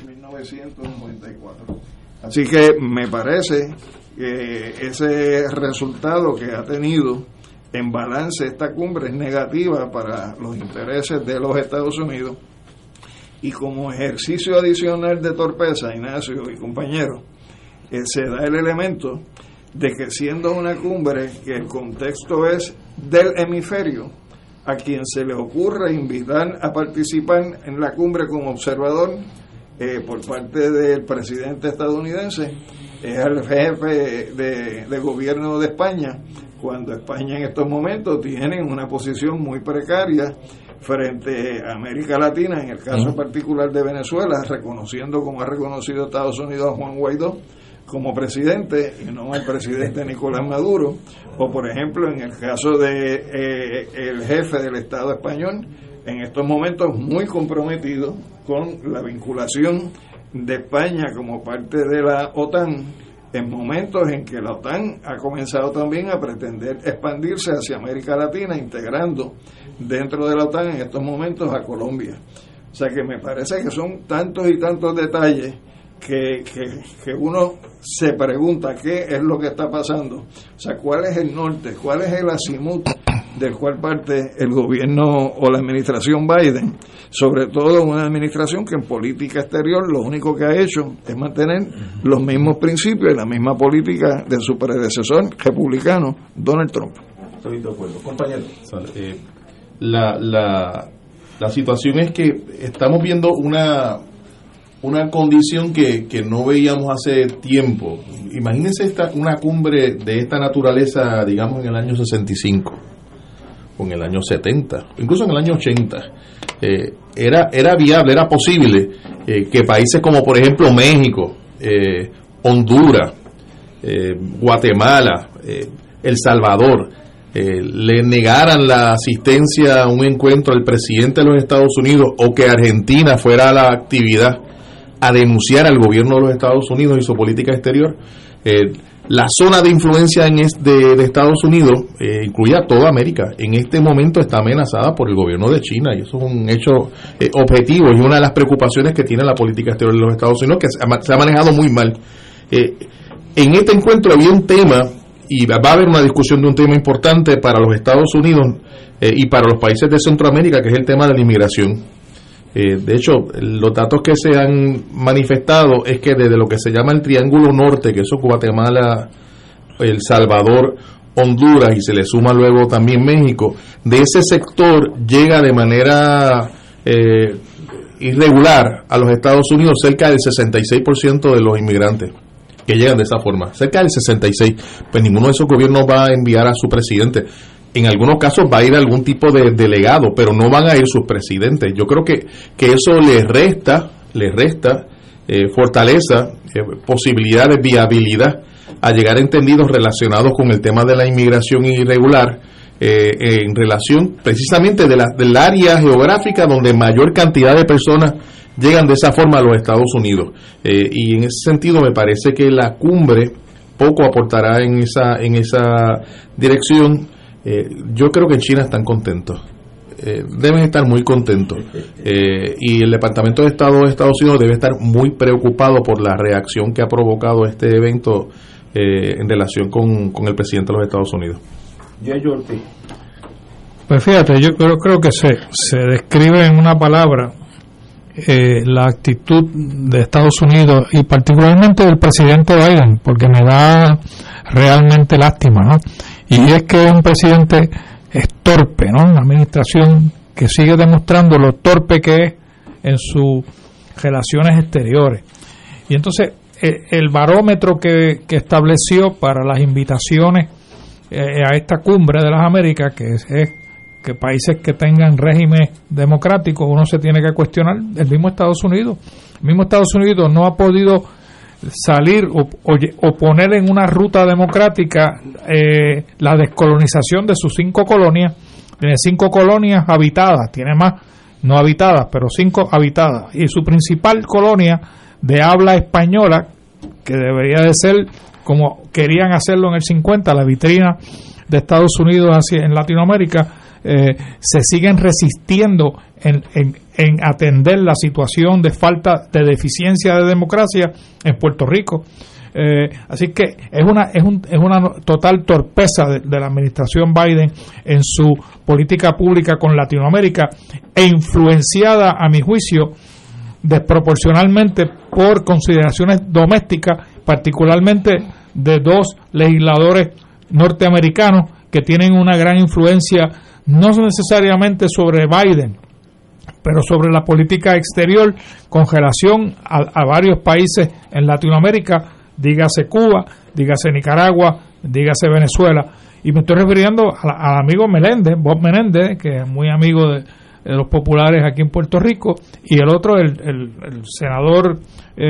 1994. Así que me parece que ese resultado que ha tenido en balance esta cumbre es negativa para los intereses de los Estados Unidos, y como ejercicio adicional de torpeza, Ignacio y compañeros, se da el elemento de que siendo una cumbre que el contexto es del hemisferio, a quien se le ocurre invitar a participar en la cumbre como observador por parte del presidente estadounidense es el jefe de gobierno de España, cuando España en estos momentos tiene una posición muy precaria frente a América Latina, en el caso particular de Venezuela, reconociendo como ha reconocido Estados Unidos a Juan Guaidó como presidente y no al presidente Nicolás Maduro, o por ejemplo en el caso de el jefe del Estado español, en estos momentos muy comprometido con la vinculación de España como parte de la OTAN, en momentos en que la OTAN ha comenzado también a pretender expandirse hacia América Latina, integrando dentro de la OTAN en estos momentos a Colombia. O sea que me parece que son tantos y tantos detalles que uno se pregunta qué es lo que está pasando. O sea, cuál es el norte, cuál es el azimut del cual parte el gobierno o la administración Biden, sobre todo una administración que en política exterior lo único que ha hecho es mantener los mismos principios y la misma política de su predecesor republicano, Donald Trump. Estoy de acuerdo, compañero. La situación es que estamos viendo una condición que no veíamos hace tiempo. Imagínense una cumbre de esta naturaleza, digamos, en el año 65, o en el año 70, incluso en el año 80. Era viable, era posible que países como, por ejemplo, México, Honduras, Guatemala, El Salvador, le negaran la asistencia a un encuentro al presidente de los Estados Unidos, o que Argentina fuera a la actividad a denunciar al gobierno de los Estados Unidos y su política exterior. La zona de influencia de Estados Unidos incluía toda América. En este momento está amenazada por el gobierno de China, y eso es un hecho objetivo, y una de las preocupaciones que tiene la política exterior de los Estados Unidos, que se ha manejado muy mal. En este encuentro había un tema, y va a haber una discusión de un tema importante para los Estados Unidos y para los países de Centroamérica, que es el tema de la inmigración. De hecho, los datos que se han manifestado es que desde lo que se llama el Triángulo Norte, que eso es Guatemala, El Salvador, Honduras, y se le suma luego también México, de ese sector llega de manera irregular a los Estados Unidos cerca del 66% de los inmigrantes que llegan de esa forma, cerca del 66%. Pues ninguno de esos gobiernos va a enviar a su presidente. En algunos casos va a ir algún tipo de delegado, pero no van a ir sus presidentes. Yo creo que eso les resta fortaleza, posibilidades, viabilidad a llegar a entendidos relacionados con el tema de la inmigración irregular, en relación precisamente del área geográfica donde mayor cantidad de personas llegan de esa forma a los Estados Unidos. Y en ese sentido me parece que la cumbre poco aportará en esa dirección. Yo creo que en China están contentos. Deben estar muy contentos, y el Departamento de Estado de Estados Unidos debe estar muy preocupado por la reacción que ha provocado este evento en relación con el presidente de los Estados Unidos. Pues fíjate, yo creo que se describe en una palabra la actitud de Estados Unidos y particularmente del presidente Biden, porque me da realmente lástima, ¿no? Y es que es un presidente torpe, ¿no? Una administración que sigue demostrando lo torpe que es en sus relaciones exteriores. Y entonces el barómetro que estableció para las invitaciones a esta cumbre de las Américas, que es que países que tengan régimen democrático, uno se tiene que cuestionar, el mismo Estados Unidos. El mismo Estados Unidos no ha podido salir o poner en una ruta democrática la descolonización de sus 5 colonias. Tiene 5 colonias habitadas, tiene más no habitadas, pero 5 habitadas, y su principal colonia de habla española, que debería de ser como querían hacerlo en el 50, la vitrina de Estados Unidos hacia en Latinoamérica, se siguen resistiendo en atender la situación de falta de deficiencia de democracia en Puerto Rico. Así que es una total torpeza de la administración Biden en su política pública con Latinoamérica, e influenciada, a mi juicio, desproporcionalmente por consideraciones domésticas, particularmente de 2 legisladores norteamericanos que tienen una gran influencia, no necesariamente sobre Biden, pero sobre la política exterior con relación a varios países en Latinoamérica, dígase Cuba, dígase Nicaragua, dígase Venezuela. Y me estoy refiriendo al amigo Meléndez, Bob Menéndez, que es muy amigo de los populares aquí en Puerto Rico, y el otro, el senador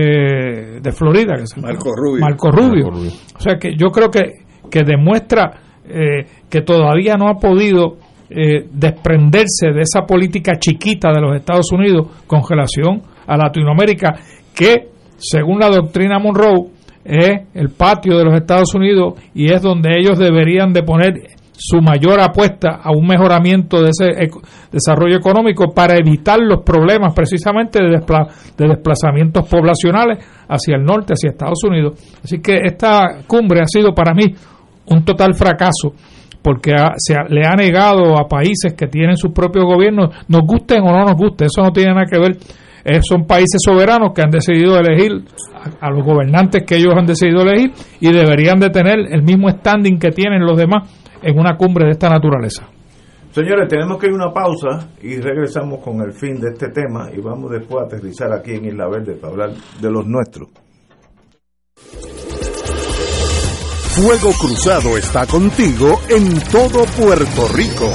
de Florida, que es Marco Rubio. O sea que yo creo que demuestra que todavía no ha podido desprenderse de esa política chiquita de los Estados Unidos con relación a Latinoamérica, que según la doctrina Monroe es el patio de los Estados Unidos y es donde ellos deberían de poner su mayor apuesta a un mejoramiento de ese desarrollo económico para evitar los problemas precisamente de desplazamientos poblacionales hacia el norte, hacia Estados Unidos. Así que esta cumbre ha sido para mí un total fracaso, porque le ha negado a países que tienen sus propios gobiernos, nos gusten o no nos gusten, eso no tiene nada que ver. Son países soberanos que han decidido elegir a los gobernantes que ellos han decidido elegir, y deberían de tener el mismo standing que tienen los demás en una cumbre de esta naturaleza. Señores, tenemos que ir a una pausa y regresamos con el fin de este tema, y vamos después a aterrizar aquí en Isla Verde para hablar de los nuestros. Fuego Cruzado está contigo en todo Puerto Rico.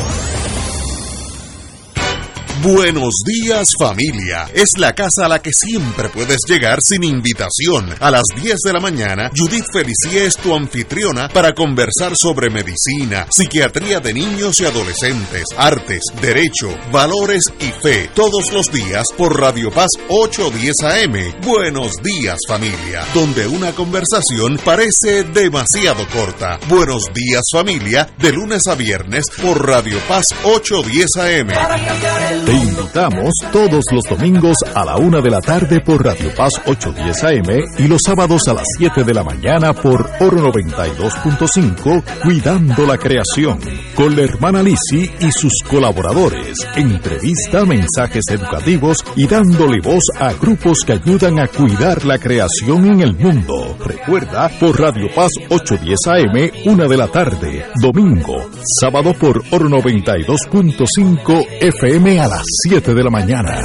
Buenos días, familia. Es la casa a la que siempre puedes llegar sin invitación. A las 10 de la mañana, Judith Felicie es tu anfitriona para conversar sobre medicina, psiquiatría de niños y adolescentes, artes, derecho, valores y fe. Todos los días por Radio Paz 810 AM. Buenos días, familia. Donde una conversación parece demasiado corta. Buenos días, familia. De lunes a viernes por Radio Paz 810 AM. Te invitamos todos los domingos a la 1 de la tarde por Radio Paz 810 AM y los sábados a las 7 de la mañana por Oro 92.5, Cuidando la Creación, con la hermana Lizzy y sus colaboradores. Entrevista, mensajes educativos y dándole voz a grupos que ayudan a cuidar la creación en el mundo. Recuerda, por Radio Paz 810 AM, 1 de la tarde, domingo, sábado por Oro 92.5 FM a las 7 de la mañana.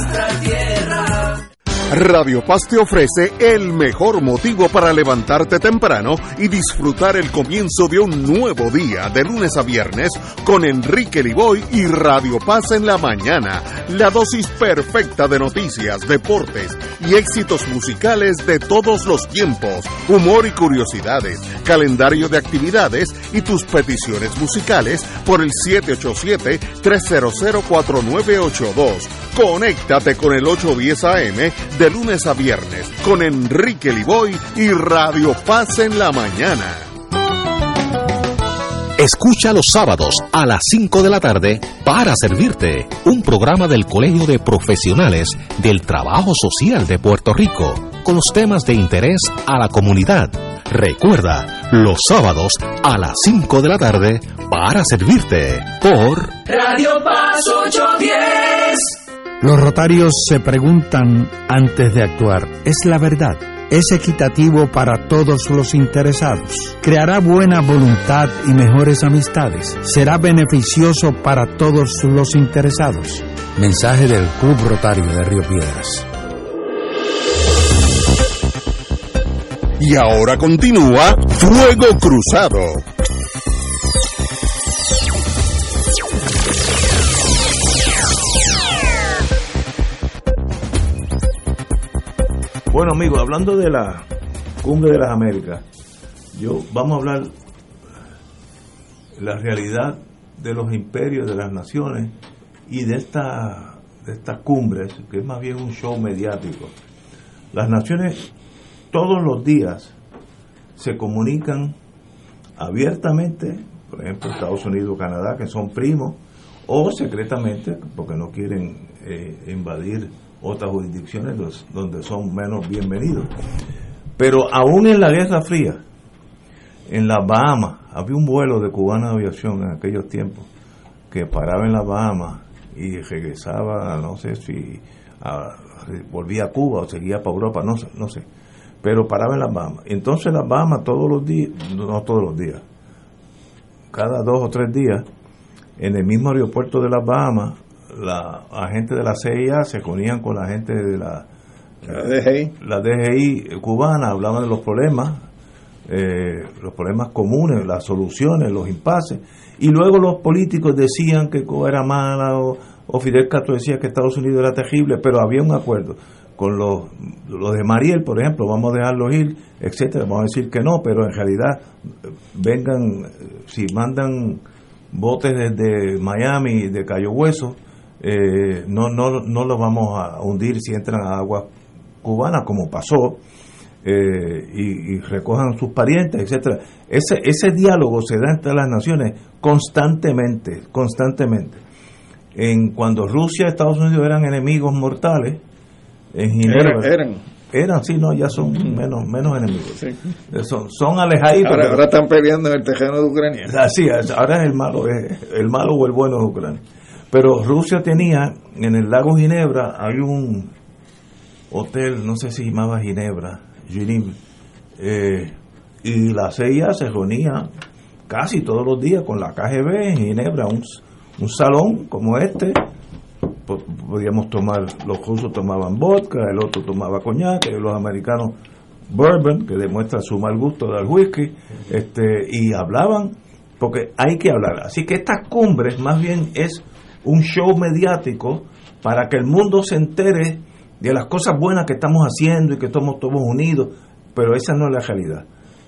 Radio Paz te ofrece el mejor motivo para levantarte temprano y disfrutar el comienzo de un nuevo día de lunes a viernes con Enrique Liboy y Radio Paz en la mañana. La dosis perfecta de noticias, deportes, y éxitos musicales de todos los tiempos, humor y curiosidades, calendario de actividades y tus peticiones musicales por el 787-300-4982. Conéctate con el 810 AM de lunes a viernes con Enrique Liboy y Radio Paz en la mañana. Escucha los sábados a las 5 de la tarde Para Servirte, un programa del Colegio de Profesionales del Trabajo Social de Puerto Rico, con los temas de interés a la comunidad. Recuerda, los sábados a las 5 de la tarde Para Servirte, por Radio Paz 810. Los rotarios se preguntan antes de actuar, ¿es la verdad? ¿Es equitativo para todos los interesados? ¿Creará buena voluntad y mejores amistades? ¿Será beneficioso para todos los interesados? Mensaje del Club Rotario de Río Piedras. Y ahora continúa Fuego Cruzado. Bueno, amigos, hablando de la Cumbre de las Américas, vamos a hablar de la realidad de los imperios, de las naciones y de estas cumbres, que es más bien un show mediático. Las naciones todos los días se comunican abiertamente, por ejemplo Estados Unidos, Canadá, que son primos, o secretamente, porque no quieren invadir otras jurisdicciones donde son menos bienvenidos. Pero aún en la Guerra Fría, en las Bahamas, había un vuelo de Cubana Aviación en aquellos tiempos que paraba en las Bahamas y regresaba, no sé si volvía a Cuba o seguía para Europa, no sé, pero paraba en las Bahamas. Entonces las Bahamas todos los días, no todos los días, cada 2 o 3 días, en el mismo aeropuerto de las Bahamas, la agente de la CIA se reunían con la gente de la DGI cubana, hablaban de los problemas comunes, las soluciones, los impases, y luego los políticos decían que Cuba era mala o Fidel Castro decía que Estados Unidos era terrible, pero había un acuerdo con los de Mariel, por ejemplo, vamos a dejarlos ir, etcétera, vamos a decir que no, pero en realidad vengan, si mandan botes desde Miami, de Cayo Hueso, no los vamos a hundir si entran a aguas cubanas, como pasó, y recojan sus parientes, etcétera. Ese diálogo se da entre las naciones constantemente. Cuando Rusia y Estados Unidos eran enemigos mortales, en Ginebra eran, sí, no, ya son menos enemigos. Sí. Son alejaditos. Ahora están peleando en el terreno de Ucrania. Así, ahora es el malo o el bueno de Ucrania. Pero Rusia tenía, en el lago Ginebra, hay un hotel, no sé si llamaba Ginebra, y la CIA se reunía casi todos los días con la KGB en Ginebra, un salón como este. Podíamos tomar, los rusos tomaban vodka, el otro tomaba coñac, los americanos bourbon, que demuestra su mal gusto del whisky, y hablaban, porque hay que hablar. Así que estas cumbres más bien es un show mediático para que el mundo se entere de las cosas buenas que estamos haciendo y que estamos todos unidos, pero esa no es la realidad.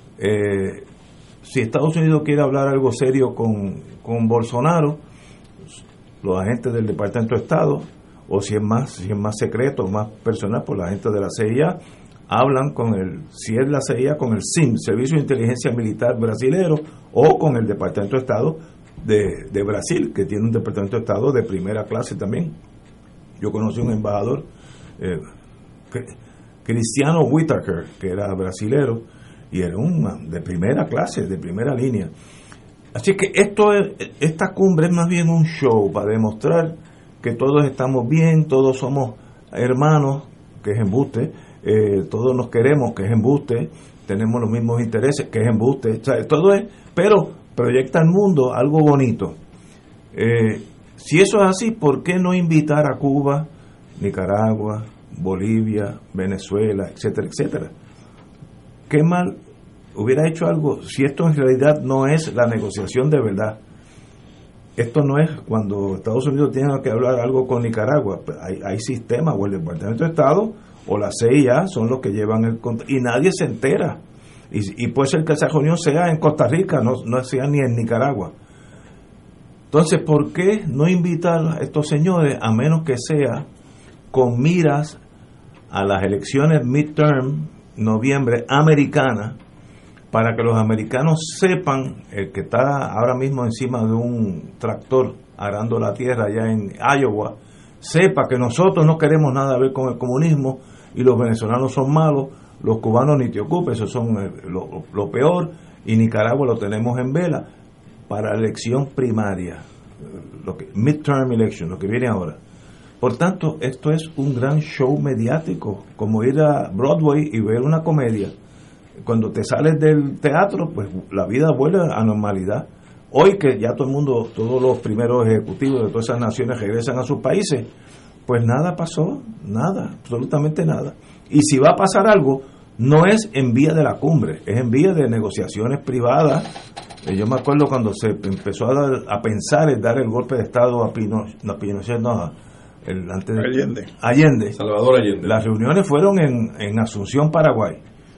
Si Estados Unidos quiere hablar algo serio con Bolsonaro, los agentes del Departamento de Estado, o si es más secreto, más personal, pues la gente de la CIA hablan si es la CIA, con el SIM, Servicio de Inteligencia Militar Brasilero, o con el Departamento de Estado de Brasil, que tiene un Departamento de Estado de primera clase también. Yo conocí un embajador, Cristiano Whitaker, que era brasilero, y era de primera clase, de primera línea. Así que esta cumbre es más bien un show para demostrar que todos estamos bien, todos somos hermanos, que es embuste, todos nos queremos, que es embuste, tenemos los mismos intereses, que es embuste, o sea, todo es, pero proyecta al mundo algo bonito. Si eso es así, ¿por qué no invitar a Cuba, Nicaragua, Bolivia, Venezuela, etcétera, etcétera? ¿Qué mal hubiera hecho algo si esto en realidad no es la negociación de verdad? Esto no es cuando Estados Unidos tiene que hablar algo con Nicaragua, hay sistemas, o el Departamento de Estado o la CIA son los que llevan el control, y nadie se entera. Y puede ser que esa reunión sea en Costa Rica, no sea ni en Nicaragua. Entonces, ¿por qué no invitar a estos señores, a menos que sea con miras a las elecciones midterm, noviembre, americanas, para que los americanos sepan, el que está ahora mismo encima de un tractor arando la tierra allá en Iowa, sepa que nosotros no queremos nada ver con el comunismo y los venezolanos son malos, los cubanos ni te ocupes, esos son lo peor, y Nicaragua lo tenemos en vela para la elección primaria, midterm election, lo que viene ahora. Por tanto, esto es un gran show mediático, como ir a Broadway y ver una comedia. Cuando te sales del teatro, pues la vida vuelve a normalidad. Hoy que ya todo el mundo, todos los primeros ejecutivos de todas esas naciones regresan a sus países, pues nada pasó, nada, absolutamente nada. Y si va a pasar algo, no es en vía de la cumbre, es en vía de negociaciones privadas. Yo me acuerdo cuando se empezó a pensar en dar el golpe de Estado a Allende. Salvador Allende. Las reuniones fueron en Asunción, Paraguay,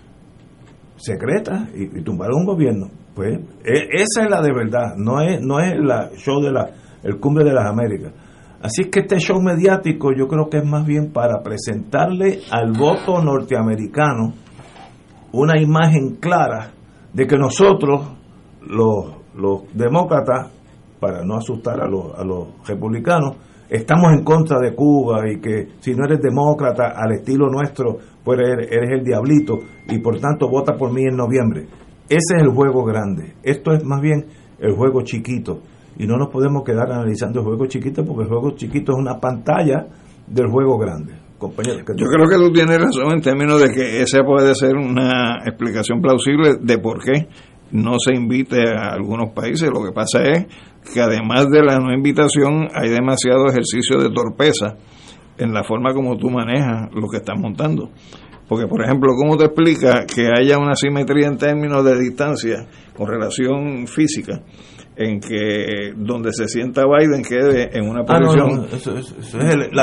secretas, y tumbaron un gobierno. Pues esa es la de verdad, no es la show de el Cumbre de las Américas. Así que este show mediático yo creo que es más bien para presentarle al voto norteamericano una imagen clara de que nosotros, los demócratas, para no asustar a los republicanos, estamos en contra de Cuba, y que si no eres demócrata al estilo nuestro, pues eres el diablito, y por tanto vota por mí en noviembre. Ese es el juego grande. Esto es más bien el juego chiquito, y no nos podemos quedar analizando el juego chiquito, porque el juego chiquito es una pantalla del juego grande. Compañero, yo creo que tú tienes razón en términos de que esa puede ser una explicación plausible de por qué no se invite a algunos países. Lo que pasa es que además de la no invitación hay demasiado ejercicio de torpeza en la forma como tú manejas lo que estás montando. Porque, por ejemplo, ¿cómo te explicas que haya una simetría en términos de distancia con relación física, en que donde se sienta Biden quede en una posición? Eso es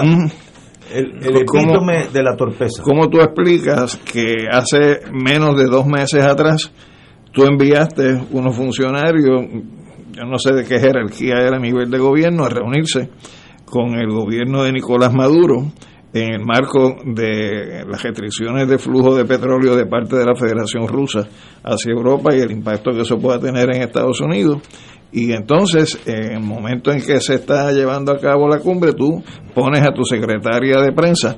el epítome de la torpeza. ¿Cómo tú explicas que hace menos de 2 meses atrás tú enviaste unos funcionarios, yo no sé de qué jerarquía era a nivel de gobierno, a reunirse con el gobierno de Nicolás Maduro en el marco de las restricciones de flujo de petróleo de parte de la Federación Rusa hacia Europa y el impacto que eso pueda tener en Estados Unidos? Y entonces, en el momento en que se está llevando a cabo la cumbre, tú pones a tu secretaria de prensa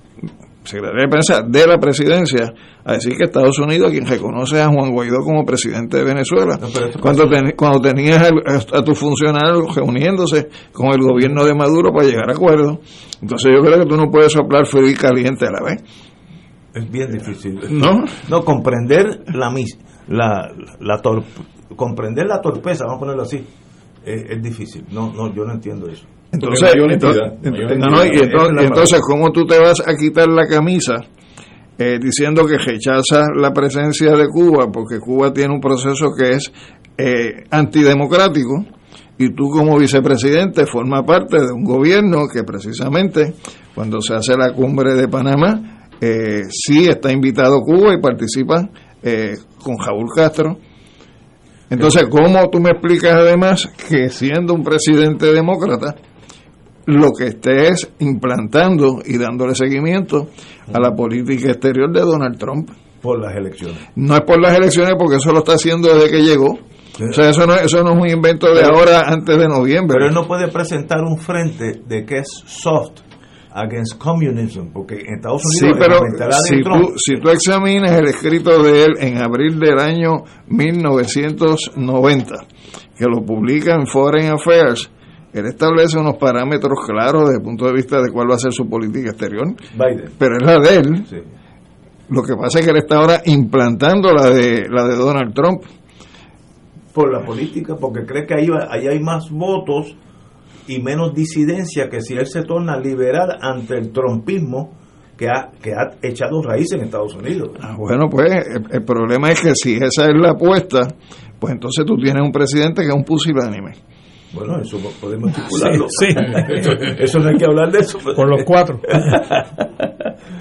de la presidencia a decir que Estados Unidos, a quien reconoce a Juan Guaidó como presidente de Venezuela, cuando tenías a tus funcionarios reuniéndose con el gobierno de Maduro para llegar a acuerdos. Entonces yo creo que tú no puedes soplar frío y caliente a la vez. Es bien difícil. No comprender comprender la torpeza, vamos a ponerlo así, es difícil. Yo no entiendo eso. Entonces, ¿cómo tú te vas a quitar la camisa diciendo que rechazas la presencia de Cuba porque Cuba tiene un proceso que es antidemocrático, y tú como vicepresidente formas parte de un gobierno que precisamente cuando se hace la cumbre de Panamá sí está invitado Cuba y participa con Raúl Castro? Entonces, ¿cómo tú me explicas además que siendo un presidente demócrata lo que estés implantando y dándole seguimiento a la política exterior de Donald Trump? Por las elecciones. No es por las elecciones, porque eso lo está haciendo desde que llegó. O sea, eso no es un invento de ahora, antes de noviembre. Pero él no puede presentar un frente de que es soft against communism, porque en Estados Unidos... Sí, pero si tú examinas el escrito de él en abril del año 1990, que lo publica en Foreign Affairs, él establece unos parámetros claros desde el punto de vista de cuál va a ser su política exterior. Biden. Pero es la de él. Sí. Lo que pasa es que él está ahora implantando la de Donald Trump. Por la política, porque cree que ahí hay más votos y menos disidencia que si él se torna liberal ante el trumpismo que ha echado raíces en Estados Unidos. Bueno, pues el problema es que si esa es la apuesta, pues entonces tú tienes un presidente que es un pusilánime. Bueno, eso podemos estipularlo. Sí. Eso no hay que hablar de eso. Por los 4.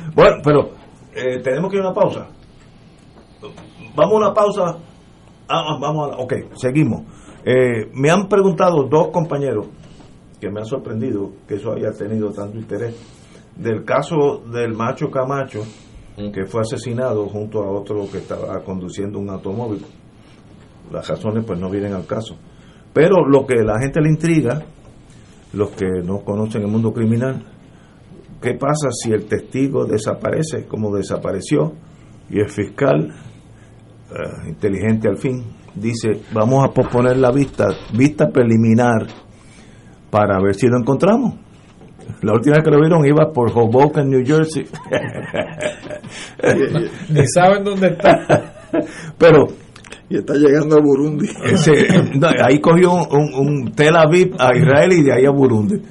Bueno, pero tenemos que ir a una pausa. Vamos a una pausa. Ok, seguimos. Me han preguntado dos compañeros que me han sorprendido que eso haya tenido tanto interés, del caso del Macho Camacho, que fue asesinado junto a otro que estaba conduciendo un automóvil. Las razones pues no vienen al caso, pero lo que a la gente le intriga, los que no conocen el mundo criminal, ¿qué pasa si el testigo desaparece como desapareció y el fiscal inteligente al fin dice vamos a posponer la vista preliminar para ver si lo encontramos? La última vez que lo vieron iba por Hoboken, New Jersey. Ni saben dónde está. Pero y está llegando a Burundi. Ahí cogió un Tel Aviv a Israel y de ahí a Burundi.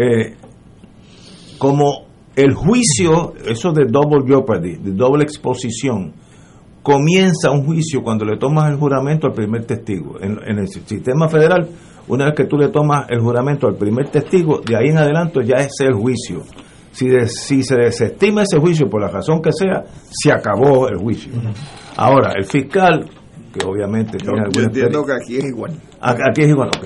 Como el juicio, eso de double jeopardy, de doble exposición, comienza un juicio cuando le tomas el juramento al primer testigo. En el sistema federal, una vez que tú le tomas el juramento al primer testigo, de ahí en adelante ya es el juicio. Si se desestima ese juicio por la razón que sea, se acabó el juicio. Ahora, el fiscal, que obviamente tiene alguna entiendo que aquí es igual. Aquí es igual, ok.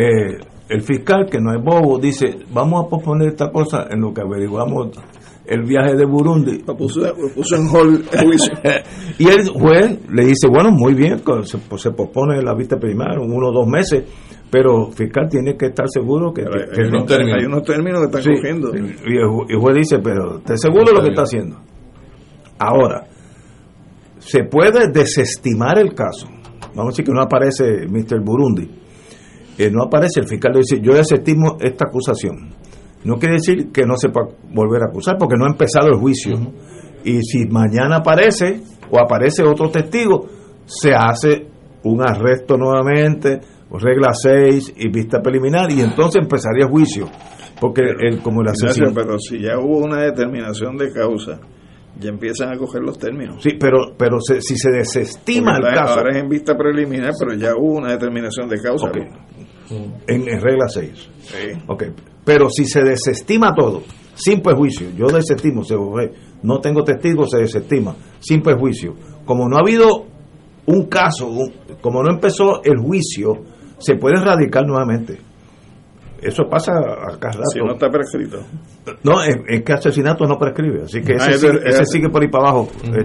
El fiscal, que no es bobo, dice, vamos a posponer esta cosa en lo que averiguamos el viaje de Burundi. Lo puso en hold el juicio. Y el juez le dice, bueno, muy bien, se pospone la vista primaria 1 o 2 meses, pero fiscal tiene que estar seguro que hay unos términos que están cogiendo. Y el juez dice, pero ¿estás seguro de lo que está haciendo? Ahora, se puede desestimar el caso. Vamos a decir que no aparece Mr. Burundi. No aparece, el fiscal le dice, yo desestimo esta acusación. No quiere decir que no se pueda volver a acusar, porque no ha empezado el juicio. Y si mañana aparece, o aparece otro testigo, se hace un arresto nuevamente, regla 6 y vista preliminar, y entonces empezaría el juicio. Porque como el asesino... Pero si ya hubo una determinación de causa, ya empiezan a coger los términos. Sí, pero si se desestima el caso... Ahora es en vista preliminar, pero ya hubo una determinación de causa. Okay. En regla 6. Sí. Okay. Pero si se desestima todo, sin prejuicio, yo desestimo, no tengo testigos, se desestima, sin prejuicio. Como no ha habido un caso, como no empezó el juicio, se puede radicar nuevamente. Eso pasa a cada rato. Si no está prescrito. No, es que asesinato no prescribe, así que ese sigue por ahí para abajo.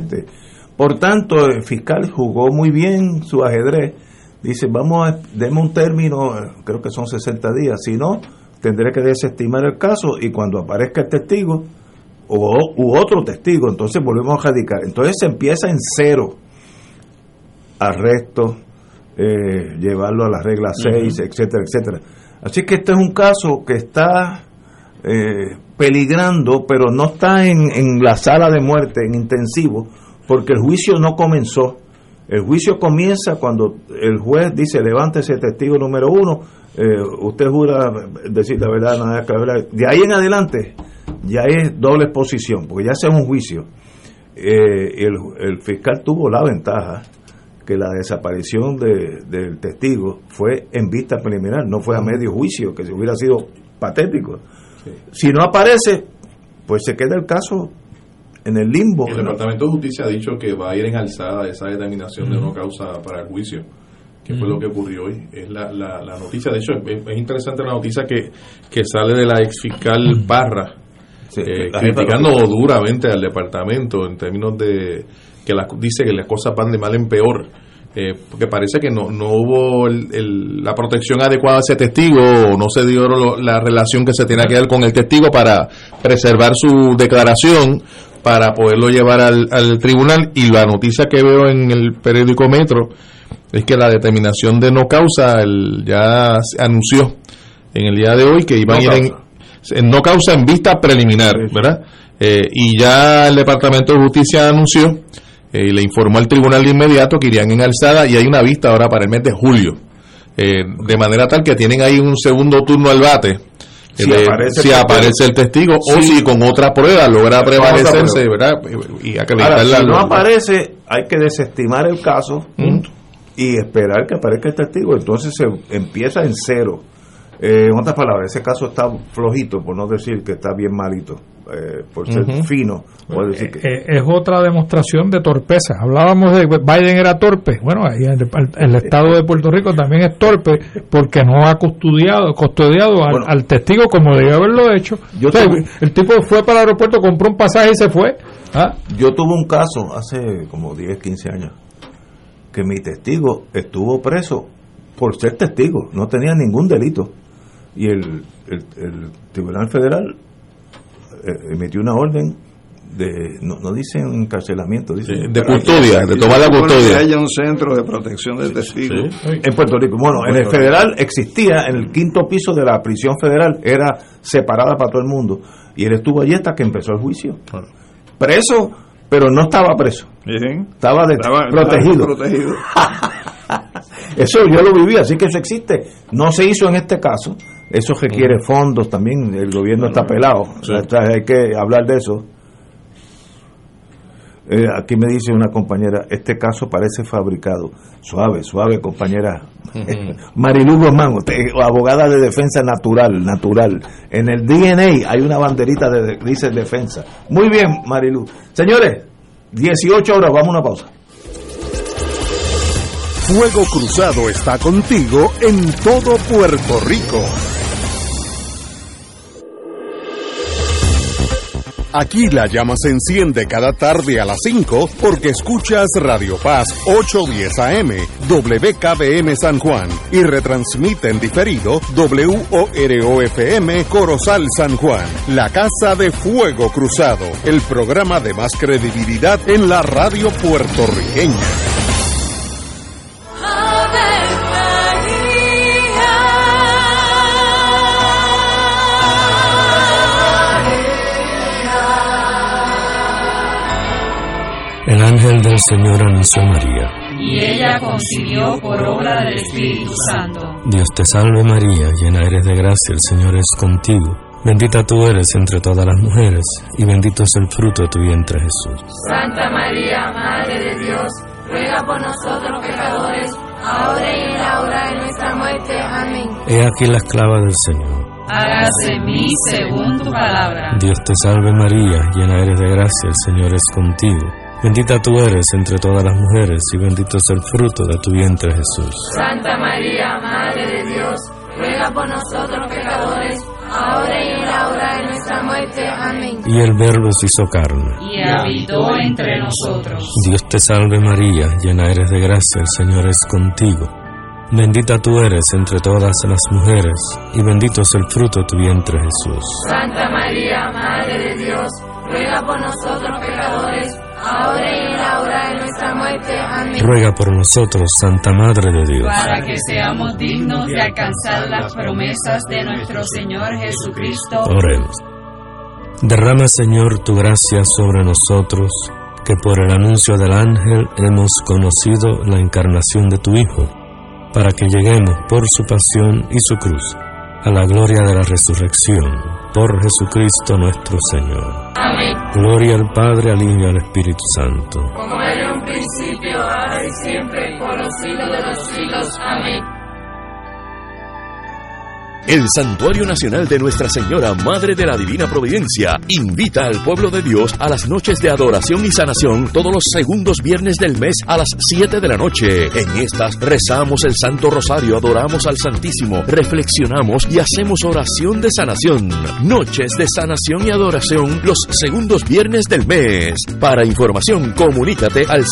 Por tanto, el fiscal jugó muy bien su ajedrez. Dice, deme un término, creo que son 60 días, si no, tendré que desestimar el caso y cuando aparezca el testigo u otro testigo, entonces volvemos a radicar. Entonces se empieza en cero. Arresto, llevarlo a la regla 6, etcétera, etcétera. Así que este es un caso que está peligrando, pero no está en la sala de muerte, en intensivo, porque el juicio no comenzó. El juicio comienza cuando el juez dice, levántese testigo número 1, usted jura decir la verdad, nada que la verdad. De ahí en adelante ya es doble exposición, porque ya sea un juicio. El fiscal tuvo la ventaja que la desaparición del testigo fue en vista preliminar, no fue a medio juicio, que hubiera sido patético. Sí. Si no aparece, pues se queda el caso en el limbo. El Departamento de Justicia ha dicho que va a ir en alzada esa determinación de no causa para el juicio, que fue lo que ocurrió hoy. Es la noticia, de hecho, es interesante la noticia que sale de la ex fiscal Parra, criticando duramente al departamento en términos de que dice que las cosas van de mal en peor, porque parece que no hubo la protección adecuada a ese testigo, o no se dio la relación que se tenía que dar con el testigo para preservar su declaración, para poderlo llevar al tribunal. Y la noticia que veo en el periódico Metro es que la determinación de no causa ya se anunció en el día de hoy que iban a ir en no causa en vista preliminar, ¿verdad? Y ya el Departamento de Justicia anunció y le informó al tribunal de inmediato que irían en alzada, y hay una vista ahora para el mes de julio, de manera tal que tienen ahí un segundo turno al bate. Si aparece el testigo, o si con otra prueba logra prevalecerse, ¿verdad? Y acreditarla. Ahora, si no aparece, hay que desestimar el caso y esperar que aparezca el testigo. Entonces se empieza en cero. En otras palabras, ese caso está flojito, por no decir que está bien malito. por ser fino. Puede decir que es otra demostración de torpeza. Hablábamos de Biden era torpe. Bueno, ahí el Estado de Puerto Rico también es torpe porque no ha custodiado al testigo como debía haberlo hecho. El tipo fue para el aeropuerto, compró un pasaje y se fue. Yo tuve un caso hace como 10, 15 años que mi testigo estuvo preso por ser testigo, no tenía ningún delito, y el Tribunal Federal emitió una orden de, no dicen encarcelamiento, dicen de custodia, de tomar la custodia. Que haya un centro de protección de testigos en Puerto Rico. Bueno, en el federal existía, en el 5º piso de la prisión federal, era separada para todo el mundo, y él estuvo allí hasta que empezó el juicio. Preso, pero no estaba preso. Estaba protegido. Eso yo lo viví, así que eso existe. No se hizo en este caso. Eso requiere fondos también. El gobierno está pelado. O sea, hay que hablar de eso. Aquí me dice una compañera, este caso parece fabricado. Suave, compañera. Marilú Guzmán, abogada de defensa natural. En el DNA hay una banderita de dice defensa. Muy bien, Marilú. Señores, 18 horas, vamos a una pausa. Fuego Cruzado está contigo en todo Puerto Rico. Aquí la llama se enciende cada tarde a las 5 porque escuchas Radio Paz 810 AM, WKBM San Juan y retransmite en diferido WOROFM Corozal San Juan. La Casa de Fuego Cruzado, el programa de más credibilidad en la radio puertorriqueña. El ángel del Señor anunció a María, y ella concibió por obra del Espíritu Santo. Dios te salve María, llena eres de gracia, el Señor es contigo. Bendita tú eres entre todas las mujeres, y bendito es el fruto de tu vientre Jesús. Santa María, Madre de Dios, ruega por nosotros pecadores, ahora y en la hora de nuestra muerte. Amén. He aquí la esclava del Señor. Hágase en mí según tu palabra. Dios te salve María, llena eres de gracia, el Señor es contigo. Bendita tú eres entre todas las mujeres, y bendito es el fruto de tu vientre Jesús. Santa María, Madre de Dios, ruega por nosotros pecadores, ahora y en la hora de nuestra muerte. Amén. Y el Verbo se hizo carne, y habitó entre nosotros. Dios te salve María, llena eres de gracia, el Señor es contigo. Bendita tú eres entre todas las mujeres, y bendito es el fruto de tu vientre Jesús. Santa María, Madre de Dios, ruega por nosotros pecadores, ahora y en la hora de nuestra muerte. Amén. Ruega por nosotros, Santa Madre de Dios, para que seamos dignos de alcanzar las promesas de nuestro Señor Jesucristo. Oremos. Derrama, Señor, tu gracia sobre nosotros, que por el anuncio del ángel hemos conocido la encarnación de tu Hijo, para que lleguemos por su pasión y su cruz a la gloria de la resurrección, por Jesucristo nuestro Señor. Amén. Gloria al Padre, al Hijo y al Espíritu Santo. Como era en un principio, ahora y siempre, por los siglos de los siglos. Amén. El Santuario Nacional de Nuestra Señora, Madre de la Divina Providencia, invita al pueblo de Dios a las noches de adoración y sanación todos los segundos viernes del mes a las 7 de la noche. En estas rezamos el Santo Rosario, adoramos al Santísimo, reflexionamos y hacemos oración de sanación. Noches de sanación y adoración los segundos viernes del mes. Para información, comunícate al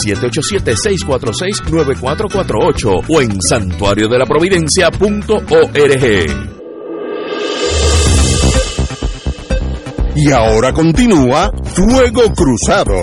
787-646-9448 o en santuariodelaprovidencia.org. Y ahora continúa Fuego Cruzado.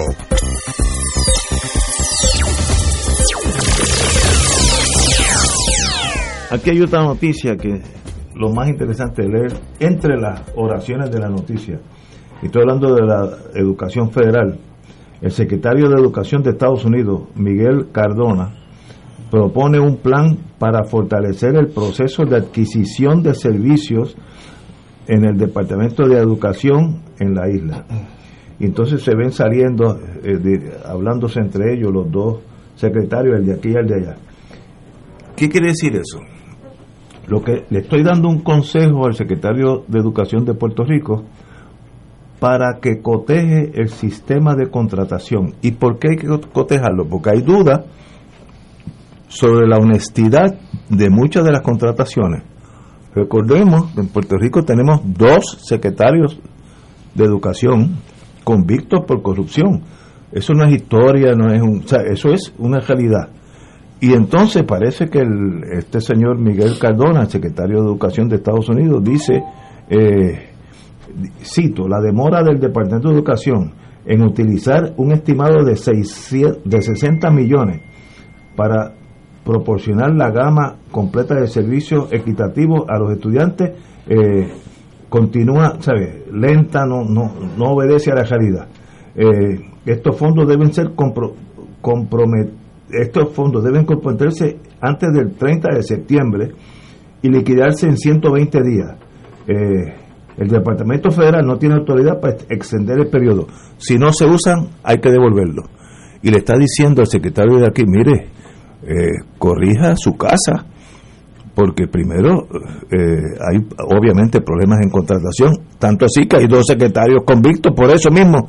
Aquí hay otra noticia que lo más interesante de leer entre las oraciones de la noticia. Y estoy hablando de la educación federal. El secretario de Educación de Estados Unidos, Miguel Cardona, propone un plan para fortalecer el proceso de adquisición de servicios en el Departamento de Educación en la isla. Y entonces se ven saliendo, hablándose entre ellos los dos secretarios, el de aquí y el de allá. ¿Qué quiere decir eso? Lo que le estoy dando un consejo al secretario de Educación de Puerto Rico, para que coteje el sistema de contratación. ¿Y por qué hay que cotejarlo? Porque hay dudas sobre la honestidad de muchas de las contrataciones. Recordemos que en Puerto Rico tenemos 2 secretarios de educación convictos por corrupción. Eso no es historia, no es eso es una realidad. Y entonces parece que este señor Miguel Cardona, el secretario de Educación de Estados Unidos, dice, cito, la demora del Departamento de Educación en utilizar un estimado de 60 millones para proporcionar la gama completa de servicios equitativos a los estudiantes continúa, lenta, no obedece a la realidad. Estos fondos deben ser estos fondos deben comprometerse antes del 30 de septiembre y liquidarse en 120 días. El Departamento Federal no tiene autoridad para extender el periodo. Si no se usan, hay que devolverlo. Y le está diciendo al secretario de aquí, mire, corrija su casa, porque primero hay obviamente problemas en contratación, tanto así que hay 2 secretarios convictos por eso mismo,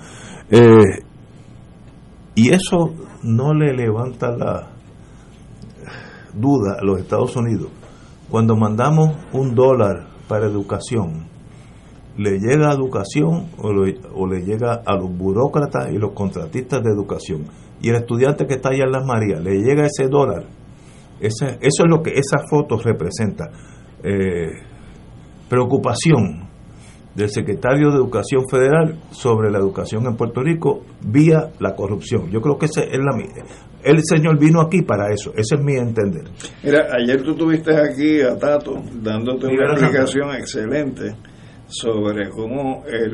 y eso no le levanta la duda a los Estados Unidos. Cuando mandamos $1 para educación, ¿le llega a educación o le llega a los burócratas y los contratistas de educación? Y el estudiante que está allá en Las Marías, ¿le llega ese $1? Eso es lo que esa foto representa. Preocupación del secretario de Educación Federal sobre la educación en Puerto Rico vía la corrupción. Yo creo que el señor vino aquí para eso. Ese es mi entender. Mira, ayer tú tuviste aquí a Tato dándote una explicación excelente sobre cómo el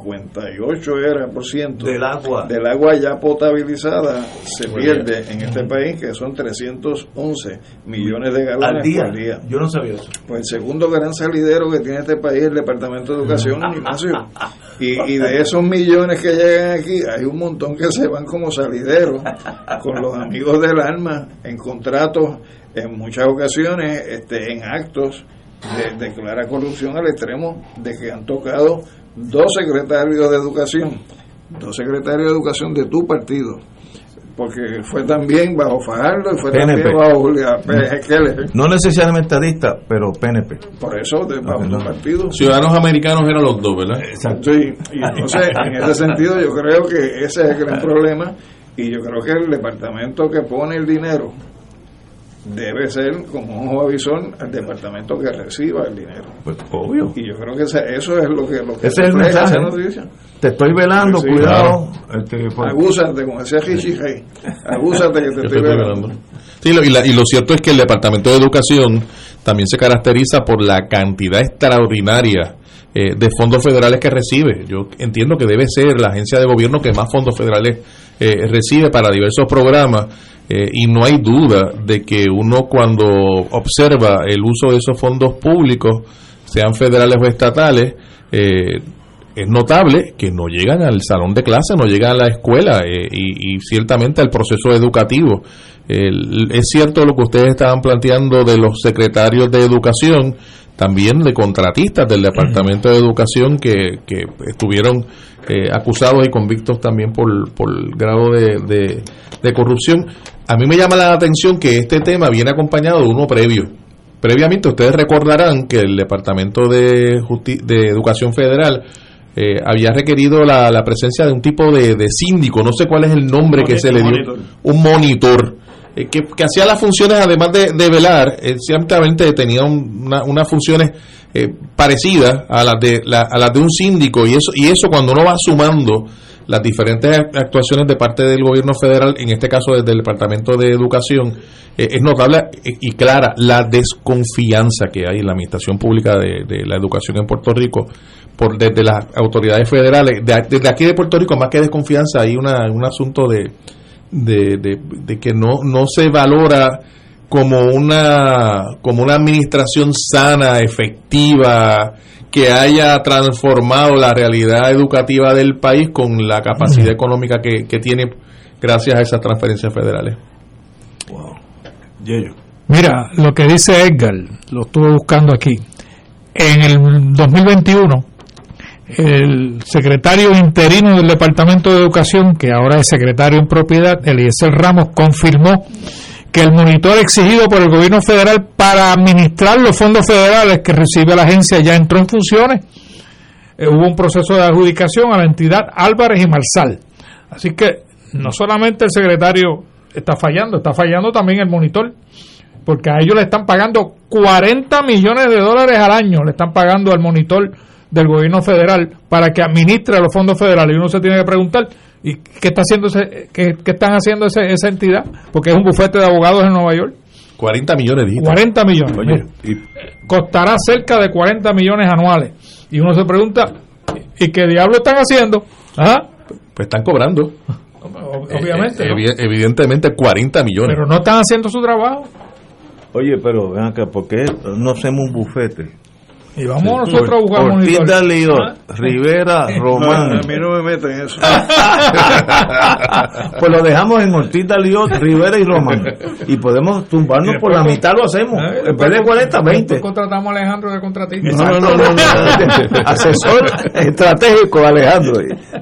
58% del agua ya potabilizada se pierde en este país, que son 311 millones de galones por día. Yo no sabía eso. Pues el segundo gran salidero que tiene este país es el Departamento de Educación, Ignacio. Y de esos millones que llegan aquí, hay un montón que se van como salideros con los amigos del alma, en contratos, en muchas ocasiones, en actos de clara corrupción al extremo de que han tocado 2 secretarios de educación de tu partido, porque fue también bajo Fajardo y fue PNP. También bajo Julián Keller. No necesariamente estadista, pero PNP. Por eso, bajo tu partido. Ciudadanos americanos eran los 2, ¿verdad? Exacto. Sí, y entonces, en ese sentido, yo creo que ese es el gran problema, y yo creo que el departamento que pone el dinero debe ser como un ojo avisor al departamento que reciba el dinero. Pues obvio. Y yo creo que eso es lo que ese es el mensaje. Te estoy velando, sí, cuidado. Claro. Abúsate, como decía Hichihei. Abúsate que te estoy velando. Sí, y lo cierto es que el Departamento de Educación también se caracteriza por la cantidad extraordinaria de fondos federales que recibe. Yo entiendo que debe ser la agencia de gobierno que más fondos federales recibe para diversos programas. Y no hay duda de que uno, cuando observa el uso de esos fondos públicos, sean federales o estatales, es notable que no llegan al salón de clase, no llegan a la escuela y ciertamente al proceso educativo. Es cierto lo que ustedes estaban planteando de los secretarios de educación, también de contratistas del Departamento de Educación que estuvieron acusados y convictos también por grado de corrupción. A mí me llama la atención que este tema viene acompañado de uno previo. Previamente, ustedes recordarán que el Departamento de Educación Federal había requerido la presencia de un tipo de síndico, no sé cuál es el nombre que se le dio, un monitor, que hacía las funciones, además de velar, ciertamente tenía unas funciones parecidas a las de un síndico, y eso cuando uno va sumando las diferentes actuaciones de parte del gobierno federal, en este caso desde el Departamento de Educación, es notable y clara la desconfianza que hay en la administración pública de la educación en Puerto Rico desde las autoridades federales. Desde aquí de Puerto Rico, más que desconfianza, hay un asunto de que no se valora como una administración sana, efectiva, que haya transformado la realidad educativa del país con la capacidad económica que tiene gracias a esas transferencias federales. Wow. Mira, lo que dice Edgar, lo estuve buscando aquí. En el 2021, el secretario interino del Departamento de Educación, que ahora es secretario en propiedad, Eliezer Ramos, confirmó que el monitor exigido por el gobierno federal para administrar los fondos federales que recibe la agencia ya entró en funciones. Hubo un proceso de adjudicación a la entidad Álvarez y Marsal. Así que no solamente el secretario está fallando también el monitor, porque a ellos le están pagando $40 millones al año, le están pagando al monitor del gobierno federal para que administre los fondos federales. Y uno se tiene que preguntar, ¿y qué está haciendo qué están haciendo esa entidad? Porque es un bufete de abogados en Nueva York. 40 millones, dijiste. 40 millones. Oye, costará cerca de 40 millones anuales. Y uno se pregunta, ¿y qué diablo están haciendo? ¿Ah? Pues están cobrando. Obviamente. Evidentemente 40 millones. Pero no están haciendo su trabajo. Oye, pero ven acá, ¿por qué no hacemos un bufete? Y vamos nosotros a buscar Ortiz de León, Rivera, Román. No, a mí no me meten en eso. Pues lo dejamos en Ortiz de León, Rivera y Román. Y podemos tumbarnos por la mitad, lo hacemos. En vez de 40, 20. Contratamos a Alejandro de contratista. No. Asesor estratégico, Alejandro.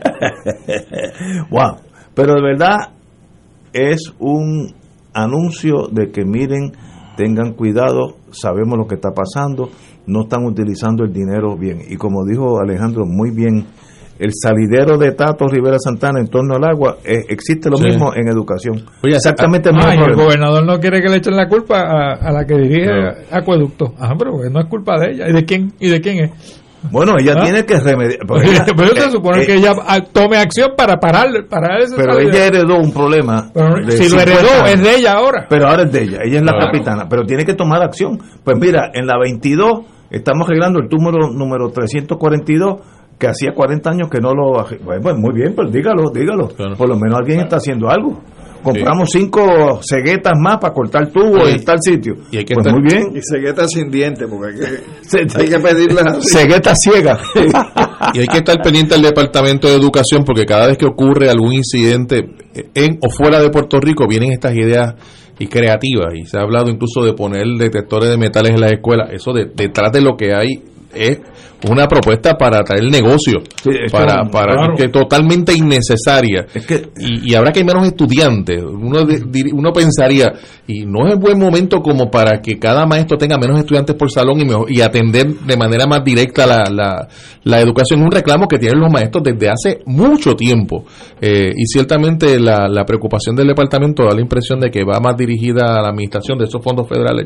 Wow. Pero de verdad es un anuncio de que miren, tengan cuidado, sabemos lo que está pasando, no están utilizando el dinero bien. Y como dijo Alejandro muy bien, el salidero de Tato Rivera Santana en torno al agua, existe lo mismo en educación. Oye, exactamente el mismo problema. El gobernador no quiere que le echen la culpa a la que dirige Acueducto. Pero no es culpa de ella. ¿Y de quién es? Bueno, ella tiene que remediar. Pero se supone que ella tome acción para parar ese Pero salidero. ella heredó un problema. Si lo heredó, es de ella ahora. Pero ahora es de ella. Ella es la capitana. Pero tiene que tomar acción. Pues mira, en la 22 estamos arreglando el túmulo número 342, que hacía 40 años que no lo... Pues muy bien, pero dígalo. Claro. Por lo menos alguien está haciendo algo. Compramos 5 ceguetas más para cortar tubos en tal sitio. Y hay que pues muy bien. Y ceguetas sin dientes, porque hay que pedirlas. Ceguetas ciegas. Y hay que estar pendiente del Departamento de Educación, porque cada vez que ocurre algún incidente en o fuera de Puerto Rico, vienen estas ideas y creativas. Y se ha hablado incluso de poner detectores de metales en las escuelas. Eso detrás de lo que hay es una propuesta para traer negocio, para que totalmente innecesaria. Y ahora que hay menos estudiantes, uno pensaría, y no es buen momento como para que cada maestro tenga menos estudiantes por salón y atender de manera más directa la educación. Es un reclamo que tienen los maestros desde hace mucho tiempo, y ciertamente la preocupación del departamento da la impresión de que va más dirigida a la administración de esos fondos federales,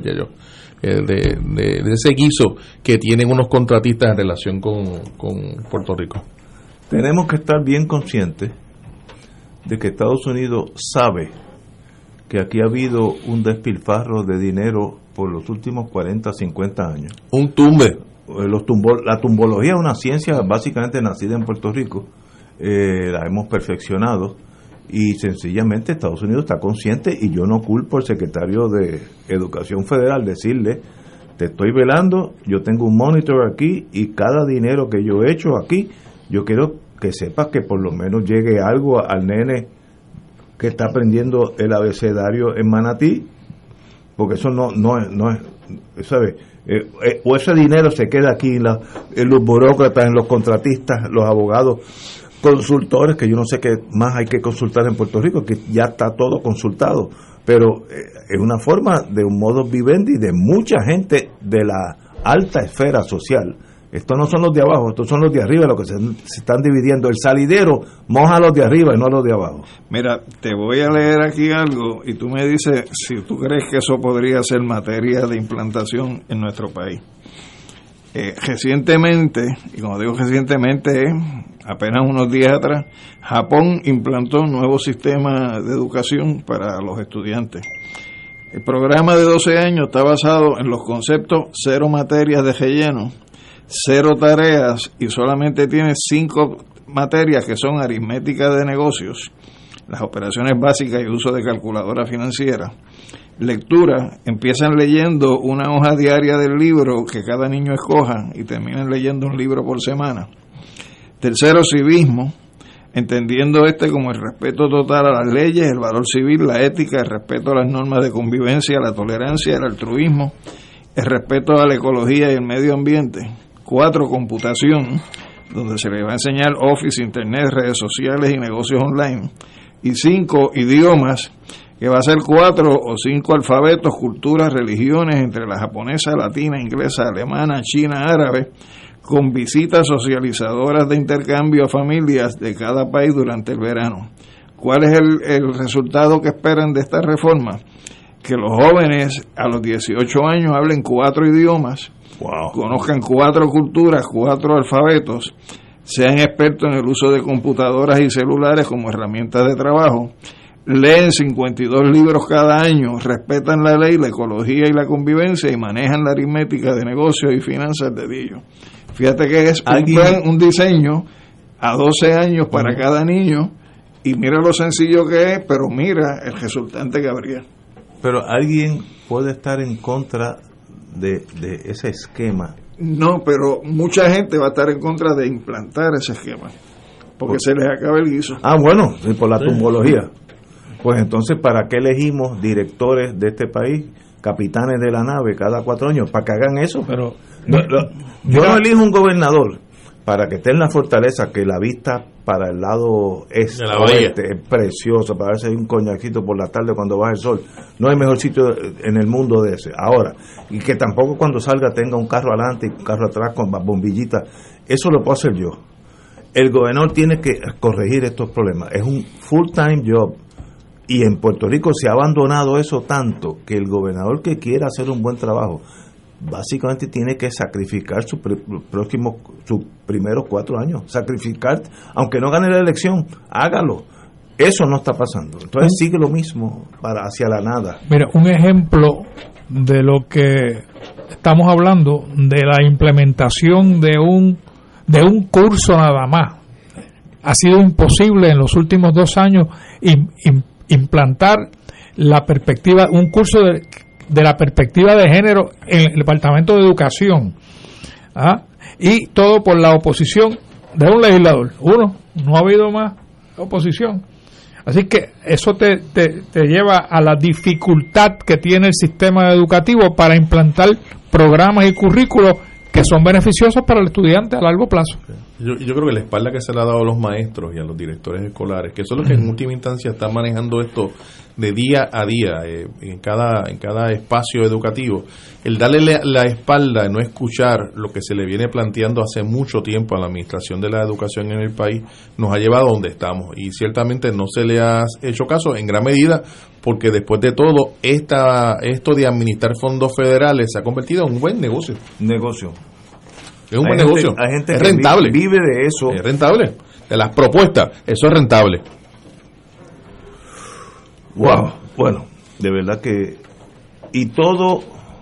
de ese guiso que tienen unos contratistas en relación con Puerto Rico. Tenemos que estar bien conscientes de que Estados Unidos sabe que aquí ha habido un despilfarro de dinero por los últimos 40, 50 años. Un tumbe. La tumbología es una ciencia básicamente nacida en Puerto Rico. La hemos perfeccionado. Y sencillamente Estados Unidos está consciente, y yo no culpo al secretario de Educación Federal decirle, te estoy velando, yo tengo un monitor aquí y cada dinero que yo he hecho aquí, yo quiero que sepas que por lo menos llegue algo al nene que está aprendiendo el abecedario en Manatí, porque eso no es, ¿sabes? O ese dinero se queda aquí en los burócratas, en los contratistas, los abogados, consultores, que yo no sé qué más hay que consultar en Puerto Rico, que ya está todo consultado, pero es una forma de un modus vivendi de mucha gente de la alta esfera social. Estos no son los de abajo, estos son los de arriba, los que se están dividiendo. El salidero moja a los de arriba y no a los de abajo. Mira, te voy a leer aquí algo y tú me dices si tú crees que eso podría ser materia de implantación en nuestro país. Recientemente, y como digo recientemente, apenas unos días atrás, Japón implantó un nuevo sistema de educación para los estudiantes. El programa de 12 años está basado en los conceptos 0 materias de relleno, 0 tareas, y solamente tiene 5 materias que son aritmética de negocios, las operaciones básicas y uso de calculadora financiera. Lectura, empiezan leyendo una hoja diaria del libro que cada niño escoja y terminan leyendo un libro por semana. Tercero, civismo, entendiendo como el respeto total a las leyes, el valor civil, la ética, el respeto a las normas de convivencia, la tolerancia, el altruismo, el respeto a la ecología y el medio ambiente. 4, computación, donde se les va a enseñar Office, Internet, redes sociales y negocios online, y 5 idiomas, que va a ser 4 o 5 alfabetos, culturas, religiones, entre la japonesa, latina, inglesa, alemana, china, árabe, con visitas socializadoras de intercambio a familias de cada país durante el verano. ¿Cuál es el resultado que esperan de esta reforma? Que los jóvenes a los 18 años hablen 4 idiomas, conozcan 4 culturas, 4 alfabetos, sean expertos en el uso de computadoras y celulares como herramientas de trabajo, leen 52 libros cada año, respetan la ley, la ecología y la convivencia y manejan la aritmética de negocios y finanzas de ellos. Fíjate que es un diseño a 12 años para cada niño, y mira lo sencillo que es, pero mira el resultante que habría. Pero alguien puede estar en contra de ese esquema. No, pero mucha gente va a estar en contra de implantar ese esquema, porque se les acaba el guiso. Bueno, por la tumbología. Pues entonces, ¿para qué elegimos directores de este país, capitanes de la nave cada 4 años? ¿Para que hagan eso? Pero yo no elijo un gobernador para que esté en la fortaleza, que la vista para el lado oeste es preciosa, para ver si hay un coñaquito por la tarde cuando baja el sol. No hay mejor sitio en el mundo de ese. Ahora, y que tampoco cuando salga tenga un carro adelante y un carro atrás con bombillitas. Eso lo puedo hacer yo. El gobernador tiene que corregir estos problemas. Es un full-time job. Y en Puerto Rico se ha abandonado eso tanto que el gobernador que quiera hacer un buen trabajo básicamente tiene que sacrificar sus primeros 4 años, sacrificar, aunque no gane la elección, hágalo. Eso no está pasando. Entonces sigue lo mismo hacia la nada. Mira, un ejemplo de lo que estamos hablando, de la implementación de un curso nada más. Ha sido imposible en los últimos 2 años implantar la perspectiva, un curso de la perspectiva de género en el Departamento de Educación, y todo por la oposición de un legislador. No ha habido más oposición. Así que eso te lleva a la dificultad que tiene el sistema educativo para implantar programas y currículos que son beneficiosos para el estudiante a largo plazo. Yo creo que la espalda que se le ha dado a los maestros y a los directores escolares, que son los que en última instancia están manejando esto de día a día, en cada espacio educativo, el darle la espalda, no escuchar lo que se le viene planteando hace mucho tiempo a la administración de la educación en el país, nos ha llevado a donde estamos, y ciertamente no se le ha hecho caso en gran medida porque después de todo esto de administrar fondos federales se ha convertido en un buen negocio. Es un buen negocio. Hay gente es que rentable. Vive de eso. Es rentable. De las propuestas, eso es rentable. Wow. Bueno, de verdad que. Y todo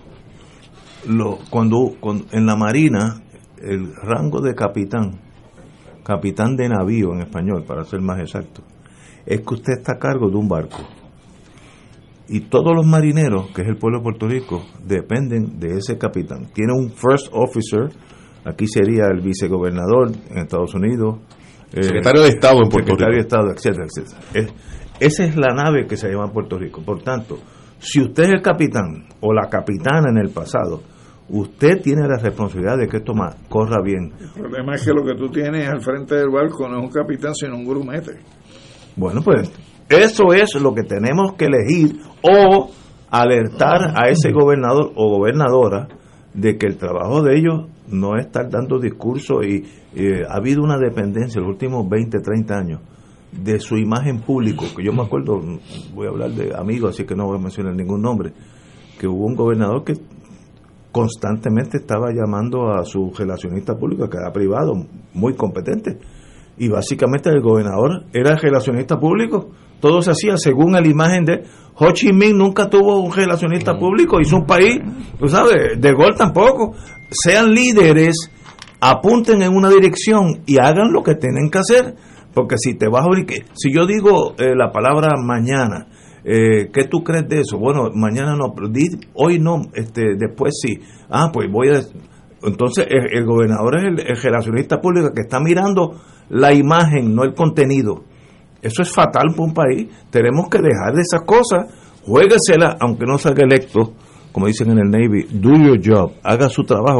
cuando en la Marina, el rango de capitán de navío en español, para ser más exacto, es que usted está a cargo de un barco. Y todos los marineros, que es el pueblo de Puerto Rico, dependen de ese capitán. Tiene un first officer. Aquí sería el vicegobernador en Estados Unidos, secretario de Estado en Puerto Rico, secretario de Estado, etcétera. Esa es la nave que se llama Puerto Rico. Por tanto, si usted es el capitán o la capitana en el pasado, usted tiene la responsabilidad de que esto corra bien. El problema es que lo que tú tienes al frente del barco no es un capitán, sino un grumete. Bueno, pues eso es lo que tenemos que elegir, o alertar a ese gobernador o gobernadora de que el trabajo de ellos no es estar dando discursos, y ha habido una dependencia en los últimos 20, 30 años de su imagen pública, que yo me acuerdo, voy a hablar de amigos, así que no voy a mencionar ningún nombre, que hubo un gobernador que constantemente estaba llamando a su relacionista público, que era privado, muy competente, y básicamente el gobernador era el relacionista público, todo se hacía según la imagen de Ho Chi Minh. Nunca tuvo un relacionista público, hizo un país, tú sabes, De Gaulle tampoco. Sean líderes, apunten en una dirección y hagan lo que tienen que hacer, porque si te vas a abrir, si yo digo la palabra mañana, ¿qué tú crees de eso? Bueno, mañana no, pero hoy no, después sí. Pues voy a... Entonces el gobernador es el relacionista público que está mirando la imagen, no el contenido. Eso es fatal para un país. Tenemos que dejar de esas cosas, juéguesela, aunque no salga electo, como dicen en el Navy, do your job, haga su trabajo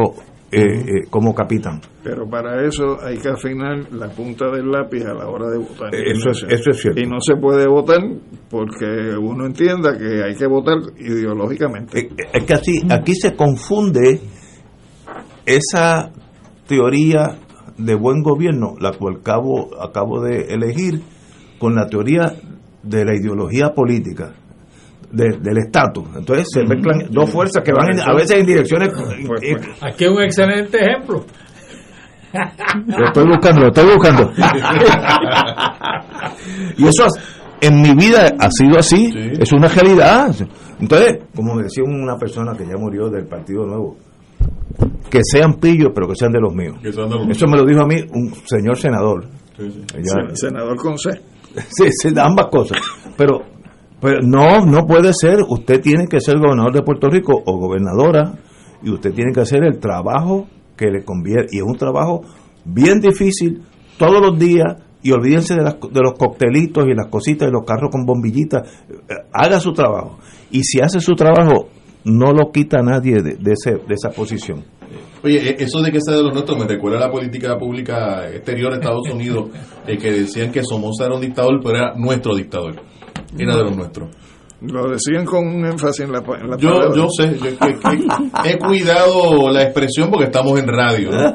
como capitán. Pero para eso hay que afinar la punta del lápiz a la hora de votar. Eso es cierto. Y no se puede votar porque uno entienda que hay que votar ideológicamente. Es que aquí se confunde esa teoría de buen gobierno, la cual acabo de elegir, con la teoría de la ideología política del estatus. Entonces se mezclan dos fuerzas que van a veces en direcciones. Aquí es un excelente ejemplo. Lo estoy buscando. Y eso en mi vida ha sido así, sí. Es una realidad. Entonces, como me decía una persona que ya murió del Partido Nuevo, que sean pillos, pero que sean de los míos. Eso me lo dijo a mí un señor senador. Sí. Senador con C. Sí, ambas cosas. Pero no puede ser. Usted tiene que ser gobernador de Puerto Rico o gobernadora, y usted tiene que hacer el trabajo que le conviene. Y es un trabajo bien difícil todos los días. Y olvídense de los coctelitos y las cositas y los carros con bombillitas. Haga su trabajo. Y si hace su trabajo, no lo quita nadie de esa posición. Oye, eso de que sea de los nuestros me recuerda a la política pública exterior de Estados Unidos, que decían que Somoza era un dictador, pero era nuestro dictador, era de los nuestros. Lo decían con un énfasis en la yo sé, he cuidado la expresión porque estamos en radio, ¿no?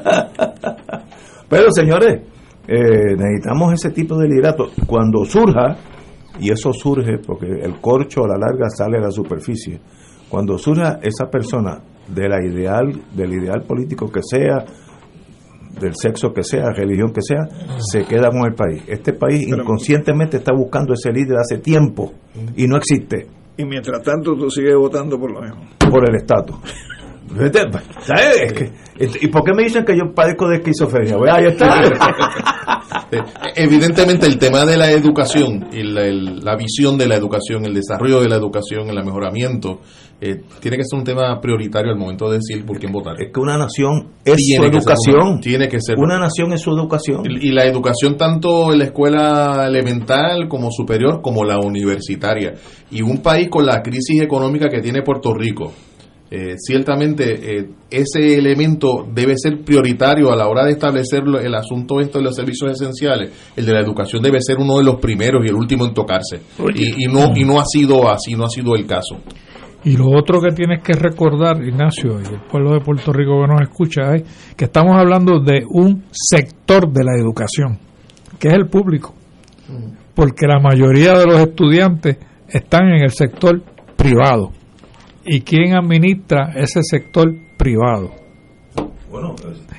Pero señores, necesitamos ese tipo de liderato cuando surja, y eso surge porque el corcho a la larga sale a la superficie. Cuando surja esa persona del ideal político que sea, del sexo que sea, religión que sea, se queda con el país. Este país inconscientemente está buscando ese líder hace tiempo y no existe. Y mientras tanto tú sigues votando por lo mismo. Por el estatus. ¿Sabes? ¿Y por qué me dicen que yo padezco de esquizofrenia? Ahí está. Evidentemente el tema de la educación y la visión de la educación, el desarrollo de la educación, el mejoramiento, tiene que ser un tema prioritario al momento de decir por quién votar. Es que una nación es su educación. Tiene que ser. Una nación es su educación. Y la educación tanto en la escuela elemental como superior como la universitaria. Y un país con la crisis económica que tiene Puerto Rico, ciertamente ese elemento debe ser prioritario a la hora de establecer el asunto de los servicios esenciales. El de la educación debe ser uno de los primeros y el último en tocarse. Y no ha sido así, no ha sido el caso. Y lo otro que tienes que recordar, Ignacio, y el pueblo de Puerto Rico que nos escucha, es que estamos hablando de un sector de la educación, que es el público, porque la mayoría de los estudiantes están en el sector privado. ¿Y quién administra ese sector privado? Bueno,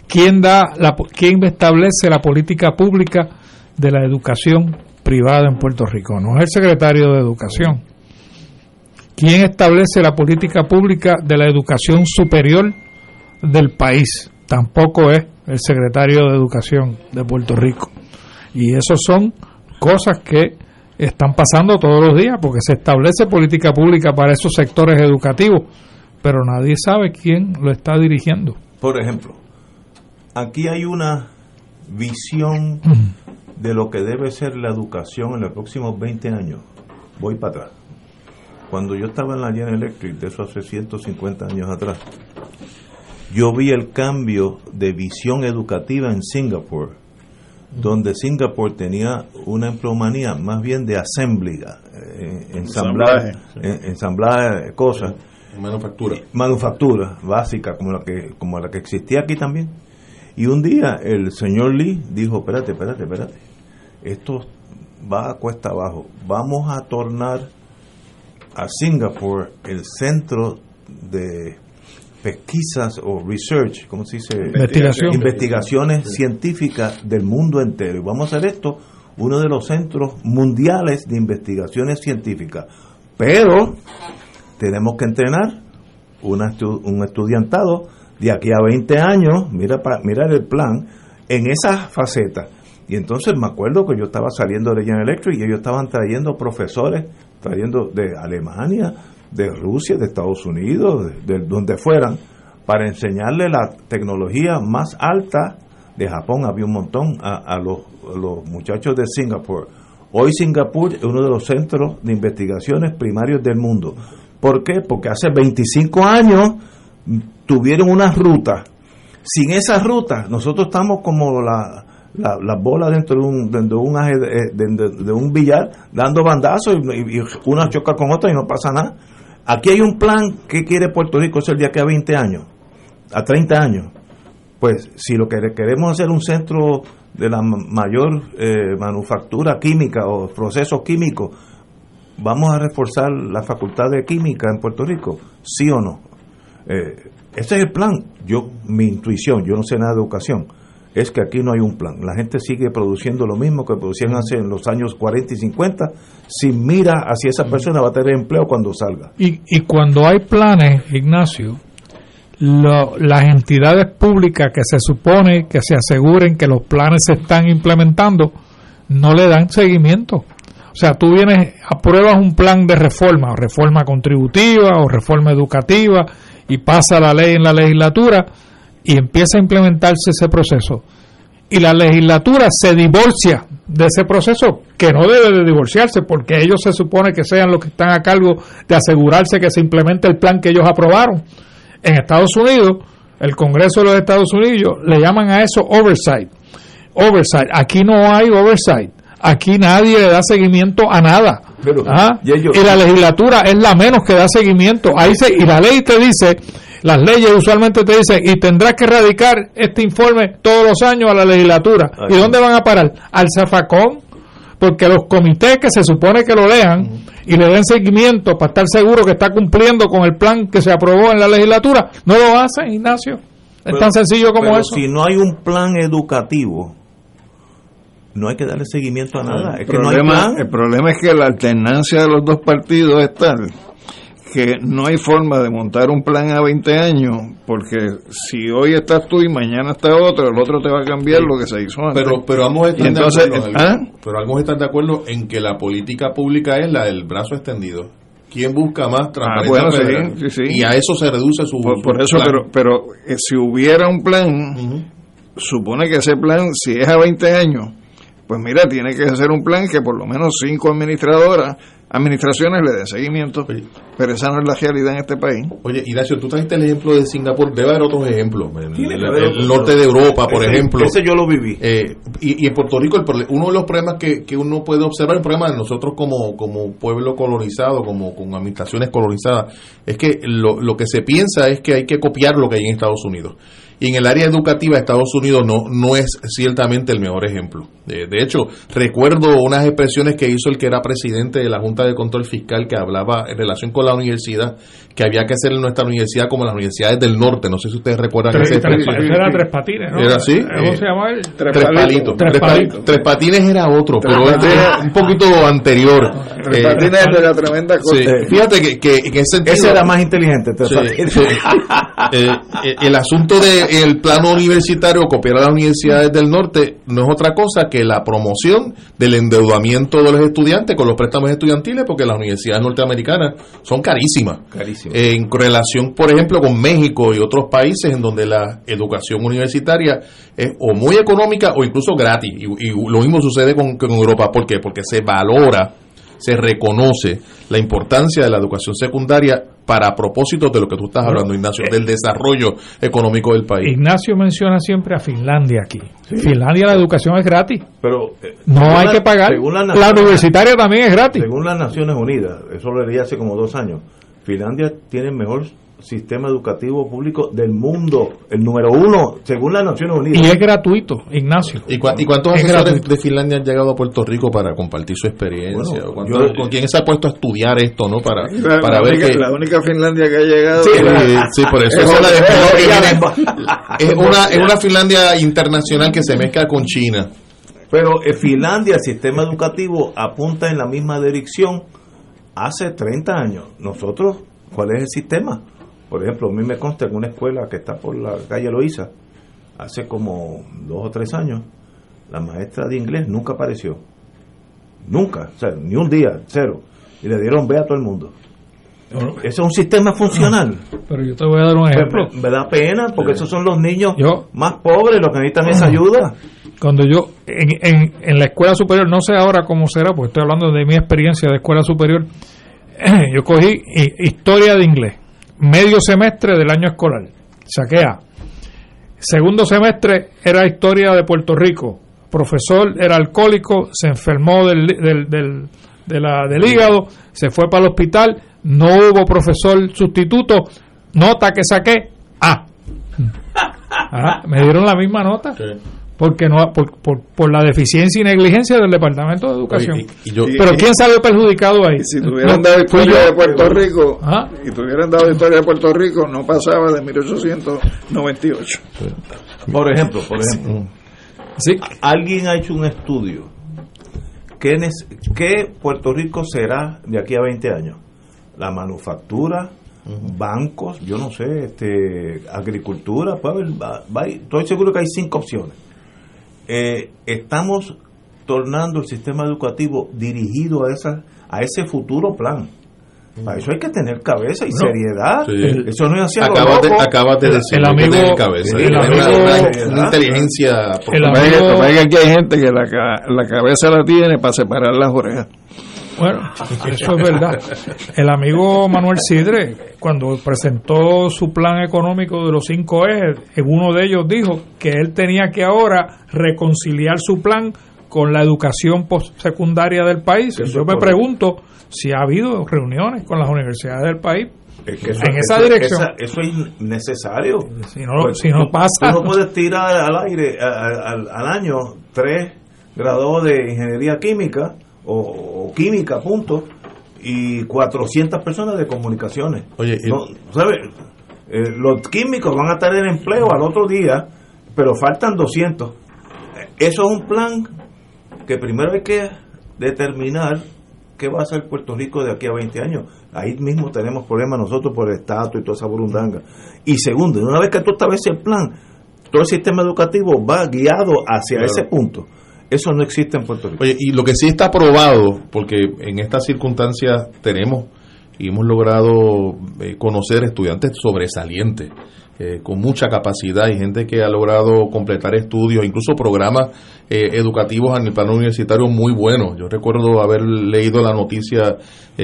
¿Quién establece la política pública de la educación privada en Puerto Rico? No es el secretario de Educación. ¿Quién establece la política pública de la educación superior del país? Tampoco es el secretario de Educación de Puerto Rico. Y eso son cosas que están pasando todos los días, porque se establece política pública para esos sectores educativos, pero nadie sabe quién lo está dirigiendo. Por ejemplo, aquí hay una visión de lo que debe ser la educación en los próximos 20 años. Voy para atrás. Cuando yo estaba en la General Electric, de eso hace 150 años atrás, yo vi el cambio de visión educativa en Singapur, donde Singapur tenía una empleomanía más bien de ensamblaje de cosas, manufactura básica como la que existía aquí también. Y un día el señor Lee dijo, espérate, esto va a cuesta abajo, vamos a tornar a Singapur el centro de pesquisas o research, ¿cómo se dice? Investigaciones científicas del mundo entero. Y vamos a hacer esto uno de los centros mundiales de investigaciones científicas. Pero tenemos que entrenar un estudiantado de aquí a 20 años, mira el plan, en esa faceta. Y entonces me acuerdo que yo estaba saliendo de General Electric y ellos estaban trayendo profesores, trayendo de Alemania, de Rusia, de Estados Unidos, de donde fueran, para enseñarle la tecnología más alta. De Japón había un montón, a los muchachos de Singapur. Hoy Singapur es uno de los centros de investigaciones primarios del mundo. ¿Por qué? Porque hace 25 años tuvieron una ruta sin esa ruta, nosotros estamos como las bolas dentro de un billar, dando bandazos y una choca con otra y no pasa nada. Aquí hay un plan que quiere Puerto Rico ser de aquí a 20 años, a 30 años. Pues si lo que queremos hacer un centro de la mayor manufactura química o procesos químicos, ¿vamos a reforzar la facultad de química en Puerto Rico? ¿Sí o no? Ese es el plan. Mi intuición, yo no sé nada de educación, es que aquí no hay un plan. La gente sigue produciendo lo mismo que producían hace en los años 40 y 50, sin mira hacia esa persona va a tener empleo cuando salga. Y cuando hay planes, Ignacio, las entidades públicas que se supone que se aseguren que los planes se están implementando, no le dan seguimiento. O sea, tú apruebas un plan de reforma contributiva o reforma educativa y pasa la ley en la legislatura y empieza a implementarse ese proceso. Y la legislatura se divorcia de ese proceso, que no debe de divorciarse, porque ellos se supone que sean los que están a cargo de asegurarse que se implemente el plan que ellos aprobaron. En Estados Unidos, el Congreso de los Estados Unidos le llaman a eso oversight. Aquí no hay oversight. Aquí nadie le da seguimiento a nada. Y la legislatura es la menos que da seguimiento. Y la ley te dice, las leyes usualmente te dicen, y tendrás que radicar este informe todos los años a la legislatura. ¿Y dónde van a parar? Al zafacón, porque los comités que se supone que lo lean y le den seguimiento para estar seguro que está cumpliendo con el plan que se aprobó en la legislatura, no lo hacen, Ignacio. Es tan sencillo como eso. Si no hay un plan educativo, no hay que darle seguimiento a nada. El problema es que la alternancia de los dos partidos es tal que no hay forma de montar un plan a 20 años, porque si hoy estás tú y mañana está otro, el otro te va a cambiar lo que se hizo antes. Pero ambos están de acuerdo en que la política pública es la del brazo extendido. ¿Quién busca más transparencia? Sí. Y a eso se reduce su por eso, pero si hubiera un plan, supone que ese plan, si es a 20 años, pues mira, tiene que ser un plan que por lo menos 5 administraciones le den seguimiento, pero esa no es la realidad en este país. Oye, Ignacio, tú trajiste el ejemplo de Singapur, debe haber otros ejemplos, el norte de Europa, por ejemplo. Ese yo lo viví. Y en Puerto Rico, uno de los problemas que uno puede observar, el problema de nosotros como pueblo colonizado, como con administraciones colonizadas, es que lo que se piensa es que hay que copiar lo que hay en Estados Unidos. Y en el área educativa, Estados Unidos no es ciertamente el mejor ejemplo. De hecho, recuerdo unas expresiones que hizo el que era presidente de la Junta de Control Fiscal, que hablaba en relación con la universidad, que había que hacer en nuestra universidad como las universidades del norte. No sé si ustedes recuerdan ese expresión. Era Tres Patines, ¿no? ¿Era así? ¿Cómo se llama él? Tres Palitos. Tres Patines era otro, pero era un poquito anterior. Tres Patines es de la tremenda cosa. Sí, fíjate que en ese sentido... Ese era más inteligente. El asunto del plano universitario, copiar a las universidades del norte, no es otra cosa que la promoción del endeudamiento de los estudiantes con los préstamos estudiantiles, porque las universidades norteamericanas son carísimas. En relación, por ejemplo, con México y otros países en donde la educación universitaria es o muy económica o incluso gratis. Y lo mismo sucede con Europa. ¿Por qué? Porque se valora, se reconoce la importancia de la educación secundaria para propósitos de lo que tú estás hablando, Ignacio, del desarrollo económico del país. Ignacio menciona siempre a Finlandia aquí. Sí. Finlandia la educación es gratis, pero no hay que pagar. La universitaria también es gratis. Según las Naciones Unidas, eso lo leí hace como 2 años, Finlandia tiene el mejor sistema educativo público del mundo, el número 1, según las Naciones Unidas. Y es gratuito, Ignacio. ¿Y cuántos asesores de Finlandia han llegado a Puerto Rico para compartir su experiencia? Bueno, ¿con quién se ha puesto a estudiar esto, no? Para ver que la única Finlandia que ha llegado. Sí, por eso. Es una Finlandia internacional que se mezcla con China. Pero Finlandia, el sistema educativo apunta en la misma dirección hace 30 años. Nosotros, ¿cuál es el sistema? Por ejemplo, a mí me consta en una escuela que está por la calle Loíza, hace como 2 o 3 años, la maestra de inglés nunca apareció. Nunca, o sea, ni un día, 0. Y le dieron B a todo el mundo. Eso es un sistema funcional. Pero yo te voy a dar un ejemplo. Me da pena, porque esos son los niños más pobres, los que necesitan esa ayuda. Cuando yo, en la escuela superior, no sé ahora cómo será, porque estoy hablando de mi experiencia de escuela superior, yo cogí historia de inglés. Medio semestre del año escolar, saqué A. Segundo semestre era historia de Puerto Rico. Profesor era alcohólico, se enfermó del hígado, se fue para el hospital, no hubo profesor sustituto, nota que saqué A. Me dieron la misma nota. Sí. Porque no por la deficiencia y negligencia del Departamento de Educación. Pero ¿quién salió perjudicado ahí? Y si tuvieran dado historia de Puerto Rico, no pasaba de 1898. Por ejemplo, sí. Alguien ha hecho un estudio. ¿Qué Puerto Rico será de aquí a 20 años? La manufactura, bancos, yo no sé, agricultura, estoy seguro que hay 5 opciones. Estamos tornando el sistema educativo dirigido a ese futuro plan. Para eso hay que tener cabeza y seriedad. Sí. Eso no es así. Acabas de decir el amigo, que tener cabeza. Una inteligencia. Aquí hay gente que la cabeza la tiene para separar las orejas. Bueno, eso es verdad. El amigo Manuel Sidre, cuando presentó su plan económico de los 5 ejes, en uno de ellos dijo que él tenía que ahora reconciliar su plan con la educación postsecundaria del país. Yo me pregunto si ha habido reuniones con las universidades del país en esa dirección. Eso es necesario. Si no pasa. Tú no puedes tirar al aire al año 3 graduados de ingeniería química o química, punto, y 400 personas de comunicaciones. Oye, ¿sabes? Los químicos van a tener empleo al otro día, pero faltan 200. Eso es un plan que primero hay que determinar qué va a hacer Puerto Rico de aquí a 20 años. Ahí mismo tenemos problemas nosotros por el estatus y toda esa burundanga. Y segundo, una vez que tú estableces el plan, todo el sistema educativo va guiado hacia ese punto. Eso no existe en Puerto Rico. Oye, y lo que sí está probado, porque en estas circunstancias tenemos y hemos logrado conocer estudiantes sobresalientes, con mucha capacidad, y gente que ha logrado completar estudios, incluso programas educativos en el plano universitario muy buenos. Yo recuerdo haber leído la noticia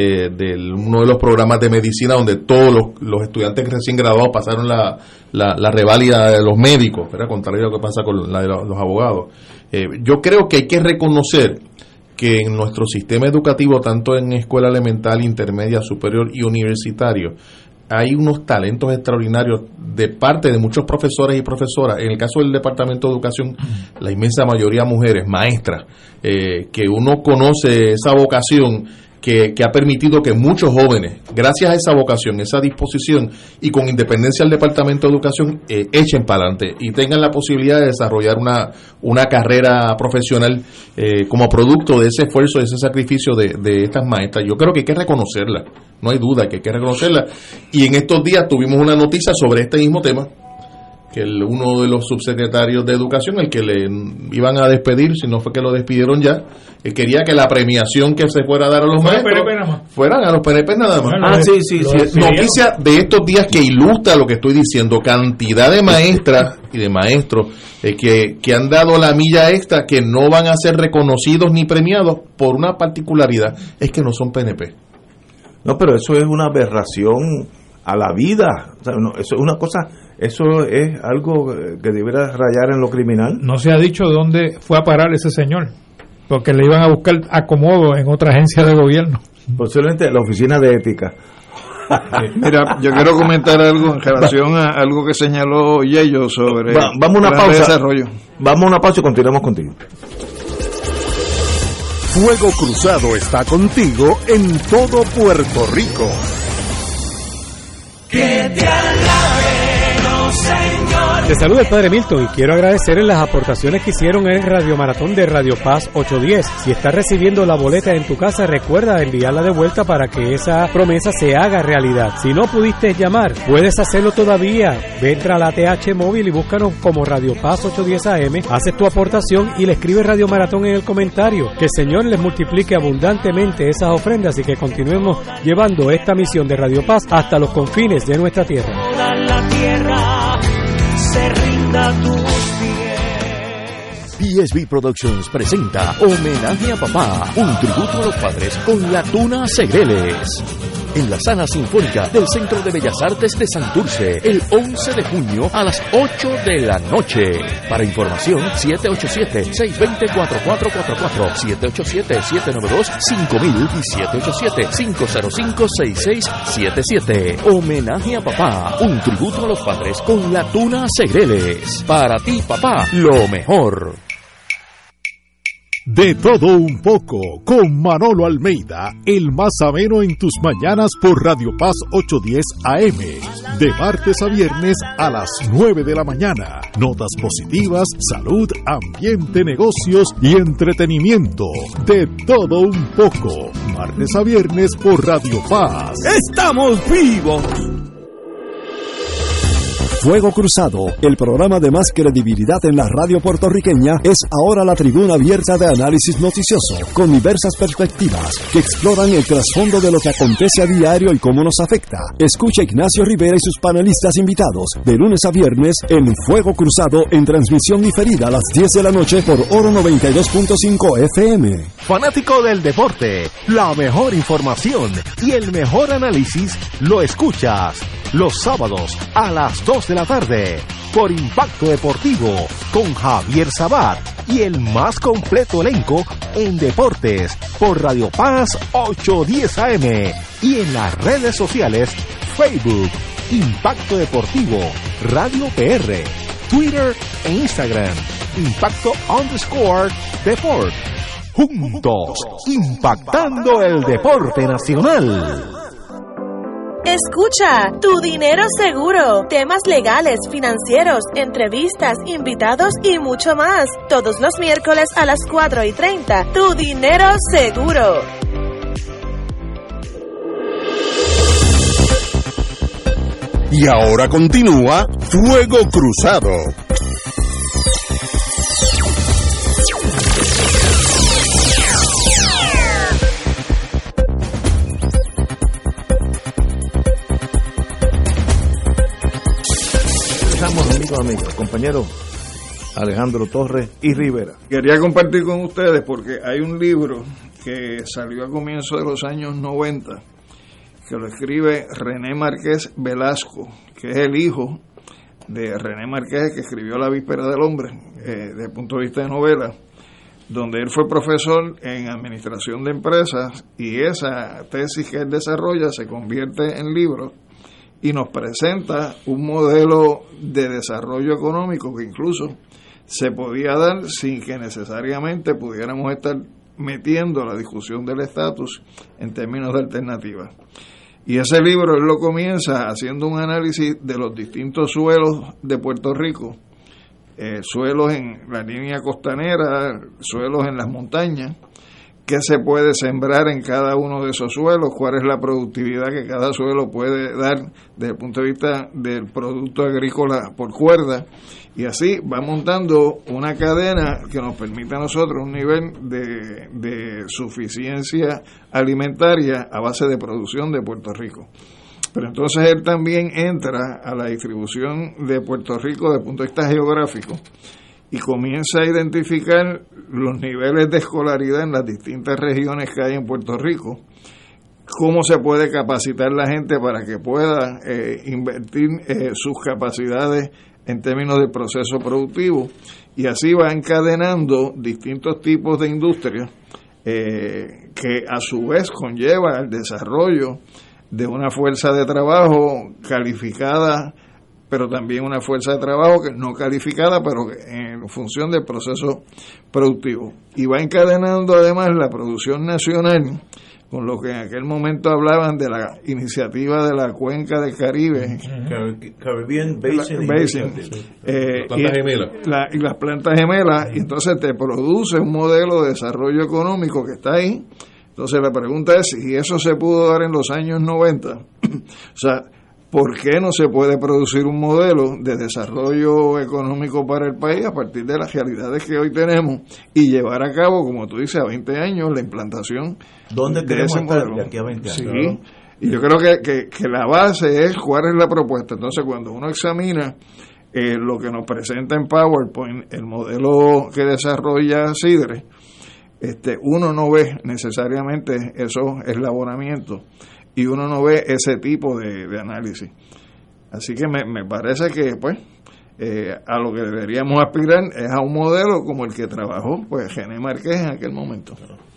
de uno de los programas de medicina donde todos los estudiantes recién graduados pasaron la reválida de los médicos, ¿verdad? Contrario a lo que pasa con la de los abogados. Yo creo que hay que reconocer que en nuestro sistema educativo, tanto en escuela elemental, intermedia, superior y universitario, hay unos talentos extraordinarios de parte de muchos profesores y profesoras. En el caso del Departamento de Educación, la inmensa mayoría mujeres, maestras, que uno conoce esa vocación que ha permitido que muchos jóvenes, gracias a esa vocación, esa disposición y con independencia del Departamento de Educación, echen para adelante y tengan la posibilidad de desarrollar una carrera profesional como producto de ese esfuerzo, de ese sacrificio de estas maestras. Yo creo que hay que reconocerla, no hay duda que hay que reconocerla. Y en estos días tuvimos una noticia sobre este mismo tema, que uno de los subsecretarios de Educación, el que le iban a despedir, si no fue que lo despidieron ya, quería que la premiación que se fuera a dar a los maestros fueran a los PNP nada más. Sí. Noticia de estos días que ilustra lo que estoy diciendo. Cantidad de maestras y de maestros que han dado la milla extra, que no van a ser reconocidos ni premiados por una particularidad, es que no son PNP. No, pero eso es una aberración a la vida. O sea, eso es una cosa... Eso es algo que debería rayar en lo criminal. No se ha dicho dónde fue a parar ese señor, porque le iban a buscar acomodo en otra agencia de gobierno. Posiblemente la oficina de ética. Mira, yo quiero comentar algo en relación a algo que señaló Yello sobre vamos a una pausa. Desarrollo. Vamos a una pausa y continuamos contigo. Fuego Cruzado está contigo en todo Puerto Rico. Que te alabe, Señor. Te saluda el Padre Milton y quiero agradecerles las aportaciones que hicieron en el Radio Maratón de Radio Paz 810. Si estás recibiendo la boleta en tu casa, recuerda enviarla de vuelta para que esa promesa se haga realidad. Si no pudiste llamar, puedes hacerlo todavía. Entra a la TH móvil y búscanos como Radio Paz 810 AM, haces tu aportación y le escribes Radio Maratón en el comentario. Que el Señor les multiplique abundantemente esas ofrendas y que continuemos llevando esta misión de Radio Paz hasta los confines de nuestra tierra. Toda la tierra se rinda a tus pies. PSB Productions presenta Homenaje a Papá, un tributo a los padres con la Tuna Segreles. en la Sala Sinfónica del Centro de Bellas Artes de Santurce, el 11 de junio a las 8 de la noche. Para información, 787-620-4444, 787-792-5000 y 787-505-6677. Homenaje a papá, un tributo a los padres con la Tuna Segreles. Para ti, papá, lo mejor. De todo un poco, con Manolo Almeida, el más ameno en tus mañanas por Radio Paz 810 AM, de martes a viernes a las 9 de la mañana. Notas positivas, salud, ambiente, negocios y entretenimiento. De todo un poco, martes a viernes por Radio Paz. ¡Estamos vivos! Fuego Cruzado, el programa de más credibilidad en la radio puertorriqueña, es ahora la tribuna abierta de análisis noticioso, con diversas perspectivas que exploran el trasfondo de lo que acontece a diario y cómo nos afecta. Escucha Ignacio Rivera y sus panelistas invitados de lunes a viernes en Fuego Cruzado, en transmisión diferida a las 10 de la noche por Oro 92.5 FM. Fanático del deporte, la mejor información y el mejor análisis lo escuchas los sábados a las 2 de la tarde por Impacto Deportivo con Javier Sabat y el más completo elenco en deportes por Radio Paz 810 AM y en las redes sociales Facebook, Impacto Deportivo, Radio PR, Twitter e Instagram, Impacto_Deport. Juntos, impactando el deporte nacional. Escucha, Tu Dinero Seguro, temas legales, financieros, entrevistas, invitados y mucho más. Todos los miércoles a las 4:30. Tu Dinero Seguro. Y ahora continúa Fuego Cruzado. Amigos, compañero Alejandro Torres y Rivera. Quería compartir con ustedes porque hay un libro que salió a comienzos de los años 90 que lo escribe René Márquez Velasco, que es el hijo de René Márquez, que escribió La Víspera del Hombre, desde el punto de vista de novela, donde él fue profesor en administración de empresas, y esa tesis que él desarrolla se convierte en libro y nos presenta un modelo de desarrollo económico que incluso se podía dar sin que necesariamente pudiéramos estar metiendo la discusión del estatus en términos de alternativas. Y ese libro él lo comienza haciendo un análisis de los distintos suelos de Puerto Rico, suelos en la línea costanera, suelos en las montañas, qué se puede sembrar en cada uno de esos suelos, cuál es la productividad que cada suelo puede dar desde el punto de vista del producto agrícola por cuerda, y así va montando una cadena que nos permite a nosotros un nivel de suficiencia alimentaria a base de producción de Puerto Rico. Pero entonces él también entra a la distribución de Puerto Rico desde el punto de vista geográfico y comienza a identificar los niveles de escolaridad en las distintas regiones que hay en Puerto Rico, cómo se puede capacitar la gente para que pueda invertir sus capacidades en términos del proceso productivo, y así va encadenando distintos tipos de industrias que a su vez conlleva el desarrollo de una fuerza de trabajo calificada, pero también una fuerza de trabajo que no calificada, pero en función del proceso productivo. Y va encadenando además la producción nacional, con lo que en aquel momento hablaban de la iniciativa de la Cuenca del Caribe, Caribbean Basin, y las plantas gemelas, y entonces te produce un modelo de desarrollo económico que está ahí. Entonces la pregunta es si eso se pudo dar en los años 90, o sea, ¿por qué no se puede producir un modelo de desarrollo económico para el país a partir de las realidades que hoy tenemos y llevar a cabo, como tú dices, a 20 años la implantación de ese modelo? De aquí a 20 años. Sí, claro. Y yo creo que la base es cuál es la propuesta. Entonces, cuando uno examina lo que nos presenta en PowerPoint, el modelo que desarrolla Sidre, uno no ve necesariamente esos eslabonamientos y uno no ve ese tipo de análisis. Así que me parece que pues a lo que deberíamos aspirar es a un modelo como el que trabajó pues René Márquez en aquel momento.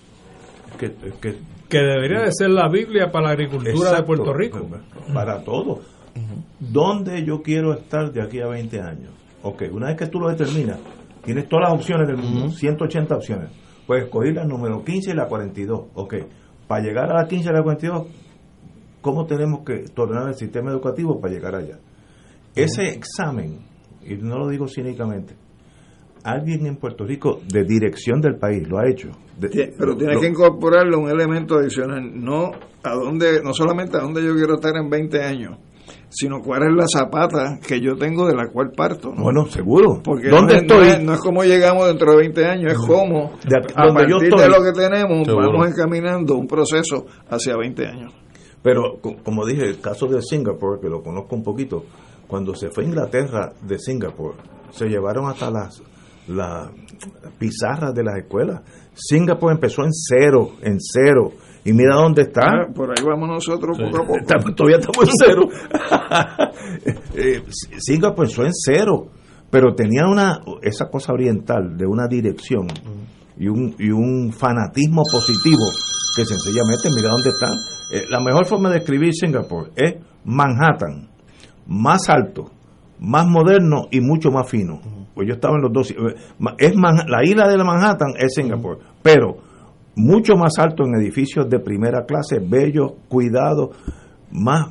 Que debería de ser la Biblia para la agricultura de Puerto Rico. Para todos. ¿Dónde yo quiero estar de aquí a 20 años? Ok, una vez que tú lo determinas, tienes todas las opciones del mundo, 180 opciones. Puedes escoger la número 15 y la 42. Ok, para llegar a la 15 y la 42, ¿cómo tenemos que tornar el sistema educativo para llegar allá? Ese examen, y no lo digo cínicamente, alguien en Puerto Rico de dirección del país lo ha hecho. Pero tiene que incorporarle un elemento adicional, no solamente a dónde yo quiero estar en 20 años, sino cuál es la zapata que yo tengo de la cual parto, ¿no? Bueno, seguro. Porque ¿dónde estoy? No es como llegamos dentro de 20 años, es como a partir de lo que tenemos vamos encaminando un proceso hacia 20 años. Pero, como dije, el caso de Singapur, que lo conozco un poquito, cuando se fue a Inglaterra de Singapur, se llevaron hasta las pizarras de las escuelas. Singapur empezó en cero, y mira dónde está. Por ahí vamos nosotros poco a poco. Todavía estamos en cero. Singapur empezó en cero, pero tenía esa cosa oriental de una dirección y un fanatismo positivo que sencillamente mira dónde están. La mejor forma de describir Singapur es Manhattan, más alto, más moderno y mucho más fino. Pues yo estaba en los dos. La isla de la Manhattan es Singapur, pero mucho más alto en edificios de primera clase, bellos, cuidados, más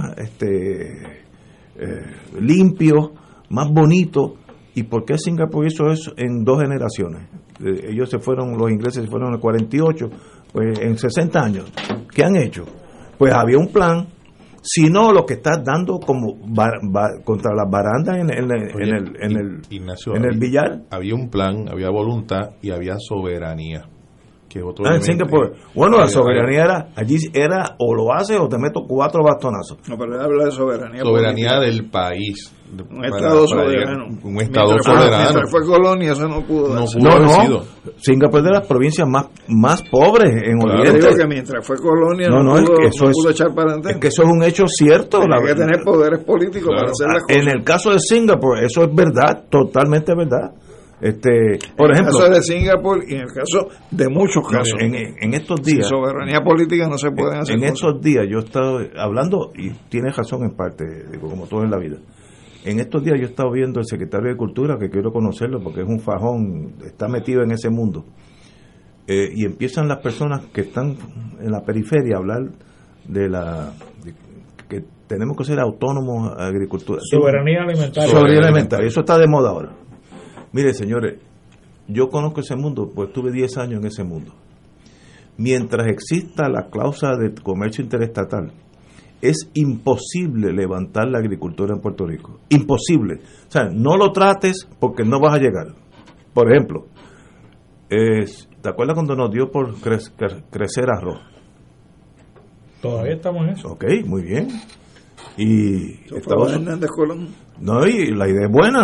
limpios, más bonitos. ¿Y por qué Singapur hizo eso en 2 generaciones? Los ingleses se fueron en el 48, pues en 60 años. ¿Qué han hecho? Pues había un plan. Si no, lo que estás dando como contra las barandas en el billar. Había un plan, había voluntad y había soberanía. Que es otro en Singapur. Bueno, la soberanía era o lo haces o te meto 4 bastonazos. No, pero habla de soberanía. Soberanía del país. Un Estado soberano. Un Estado soberano. Mientras fue colonia, eso no pudo darse. No. Singapur es de las provincias más pobres en Oriente. Digo que mientras fue colonia no pudo echar para adelante. Es que eso es un hecho cierto. Hay que tener poderes políticos para hacer las cosas. En el caso de Singapur, eso es verdad, totalmente verdad. Por ejemplo, en el caso de Singapur y en el caso de muchos casos. En estos días. Sin soberanía política no se pueden hacer cosas. Estos días yo he estado hablando, y tienes razón en parte, como todo en la vida. En estos días yo he estado viendo al secretario de Cultura, que quiero conocerlo porque es un fajón, está metido en ese mundo. Y empiezan las personas que están en la periferia a hablar de que tenemos que ser autónomos a agricultura. Soberanía alimentaria. Soberanía alimentaria, eso está de moda ahora. Mire, señores, yo conozco ese mundo, pues estuve 10 años en ese mundo. Mientras exista la cláusula de comercio interestatal, es imposible levantar la agricultura en Puerto Rico. Imposible. O sea, no lo trates porque no vas a llegar. Por ejemplo, ¿te acuerdas cuando nos dio por crecer arroz? Todavía estamos en eso. Ok, muy bien. Y Hernández Colón. No, y la idea es buena,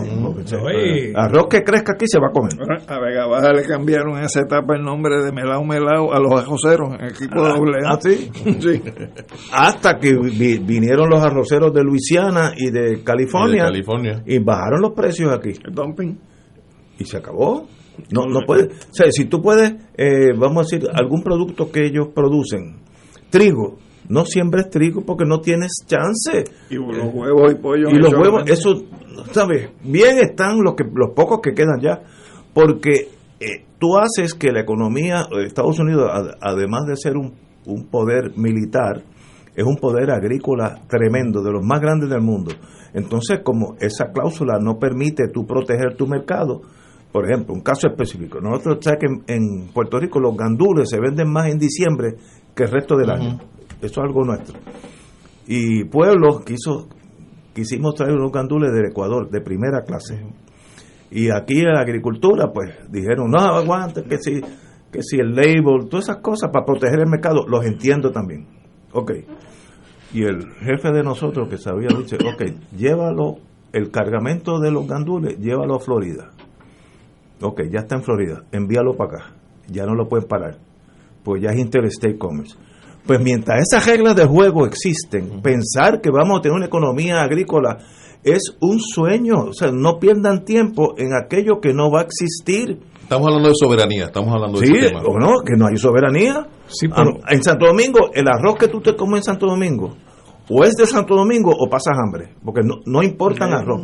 arroz que crezca aquí se va a comer. A Vega Baja le cambiaron en esa etapa el nombre de Melao a los arroceros en el equipo de AA. ¿Sí? Sí. Hasta que vinieron los arroceros de Luisiana y de California, y bajaron los precios aquí. El dumping. Y se acabó. No puede. O sea, si tú puedes, vamos a decir, algún producto que ellos producen, trigo. No siembres trigo porque no tienes chance. Y los huevos y pollo. Y los huevos, eso, ¿sabes? Bien están los pocos que quedan ya. Porque tú haces que la economía de Estados Unidos, además de ser un poder militar, es un poder agrícola tremendo, de los más grandes del mundo. Entonces, como esa cláusula no permite tú proteger tu mercado, por ejemplo, un caso específico. Nosotros sabemos que en Puerto Rico los gandules se venden más en diciembre que el resto del año. Eso es algo nuestro. Y Pueblo quisimos traer unos gandules del Ecuador de primera clase. Y aquí en la agricultura, pues dijeron, no, aguante, que si el label, todas esas cosas para proteger el mercado, los entiendo también. Ok. Y el jefe de nosotros que sabía, dice, ok, llévalo, el cargamento de los gandules, llévalo a Florida. Ok, ya está en Florida, envíalo para acá. Ya no lo pueden parar. Pues ya es Interstate Commerce. Pues mientras esas reglas de juego existen, pensar que vamos a tener una economía agrícola es un sueño. O sea, no pierdan tiempo en aquello que no va a existir. Estamos hablando de soberanía, estamos hablando de ese tema. ¿O no? Que no hay soberanía. Sí, pero... En Santo Domingo, el arroz que tú te comes en Santo Domingo, o es de Santo Domingo o pasas hambre, porque no importan arroz.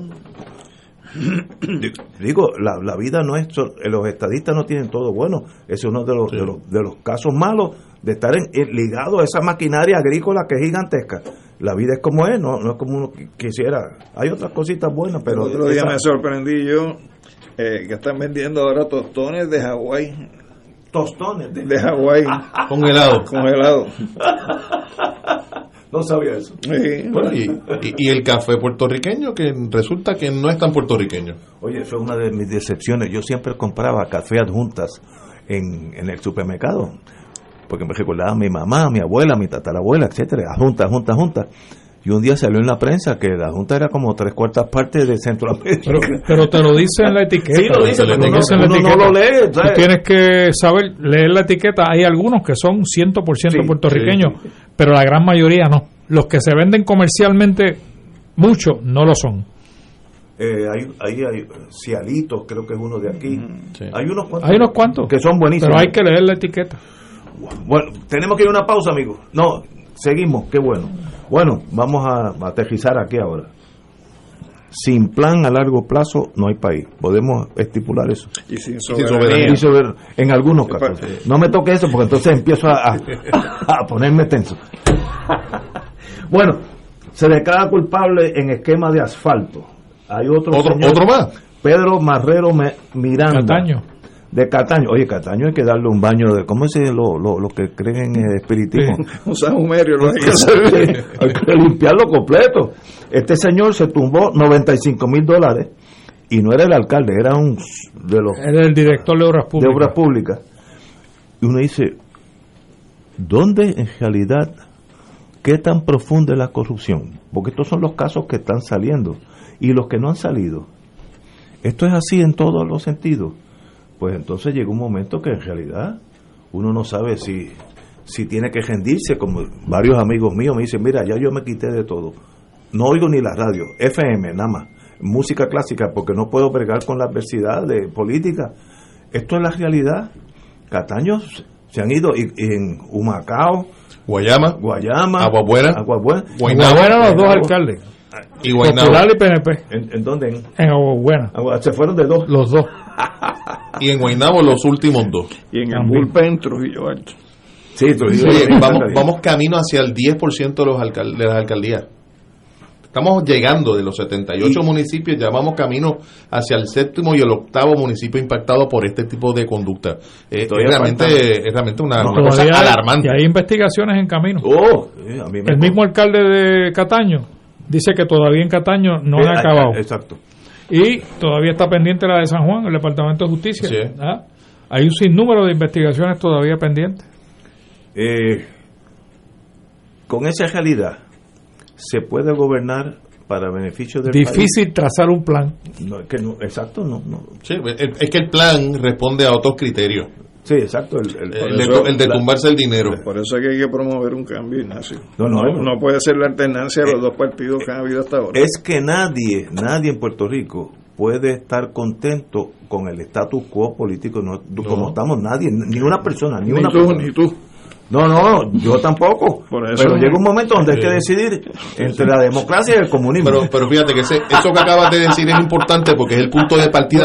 Digo, la vida no es... Los estadistas no tienen todo bueno. Ese es uno de los casos malos de estar ligado a esa maquinaria agrícola que es gigantesca. La vida es como es, no es como uno quisiera. Hay otras cositas buenas, pero... El otro día me sorprendí yo que están vendiendo ahora tostones de Hawái. Tostones de Hawái. Congelado. No sabía eso. Sí. Bueno, y el café puertorriqueño, que resulta que no es tan puertorriqueño. Oye, eso es una de mis decepciones. Yo siempre compraba café adjuntas en el supermercado, porque me recordaba a mi mamá, a mi abuela, a mi tatarabuela, etcétera, juntas. Y un día salió en la prensa que la junta era como 3/4 partes de Centroamérica. Pero te lo dice en la etiqueta. Sí, lo dice, uno no lo lee. Tú tienes que saber leer la etiqueta. Hay algunos que son 100% puertorriqueños, pero la gran mayoría no. Los que se venden comercialmente, muchos no lo son. Hay Cialitos, creo que es uno de aquí. Sí. Hay unos cuantos que son buenísimos. Pero hay que leer la etiqueta. Bueno, tenemos que ir a una pausa, amigos. No, seguimos, qué bueno. Bueno, vamos a aterrizar aquí ahora. Sin plan a largo plazo no hay país. Podemos estipular eso. Y sin soberanía. En algunos casos. No me toque eso porque entonces empiezo a ponerme tenso. Bueno, se declara culpable en esquema de asfalto. Hay otro más. Pedro Marrero Miranda. Cataño. De Cataño. Oye, Cataño hay que darle un baño de... ¿Cómo es lo que creen en el espiritismo? Un sahumerio. Hay que limpiarlo completo. Este señor se tumbó $95,000 y no era el alcalde, era era el director de Obras Públicas. Y uno dice, ¿dónde en realidad, qué tan profunda es la corrupción? Porque estos son los casos que están saliendo y los que no han salido. Esto es así en todos los sentidos. Pues entonces llega un momento que en realidad uno no sabe si tiene que rendirse, como varios amigos míos me dicen, mira, ya yo me quité de todo, no oigo ni la radio, FM nada más, música clásica, porque no puedo bregar con la adversidad de política. Esto es la realidad. Cataño se han ido, y en Humacao, Guayama, Aguabuena, Guaynabo, los dos alcaldes. Y Guaynabo. Popular y PNP. ¿En dónde? En Aguabuena. Se fueron de dos. Los dos. Y en Guaynabo los últimos 2. Y en el bullpen Trujillo Alto. Sí, Trujillo. Oye, vamos camino hacia el 10% de las alcaldías. Estamos llegando de los 78 municipios, ya vamos camino hacia el 7º y el 8º municipio impactado por este tipo de conducta. Es realmente una cosa alarmante. Y hay investigaciones en camino. El mismo alcalde de Cataño dice que todavía en Cataño no han acabado. Exacto. Y todavía está pendiente la de San Juan, el Departamento de Justicia. Sí. Hay un sinnúmero de investigaciones todavía pendientes. Con esa realidad, ¿se puede gobernar para beneficio del Difícil país? Trazar un plan. Exacto, no. Sí, es que el plan responde a otros criterios. Sí, exacto. El de tumbarse el dinero. Por eso es que hay que promover un cambio, Ignacio. No puede ser la alternancia de los dos partidos que han habido hasta ahora. Es que nadie en Puerto Rico puede estar contento con el status quo político. Como estamos, nadie, ni una persona, ni una persona. Ni tú. No, yo tampoco. Pero llega un momento donde hay que decidir entre la democracia y el comunismo. Pero fíjate que eso que acabas de decir es importante porque es el punto de partida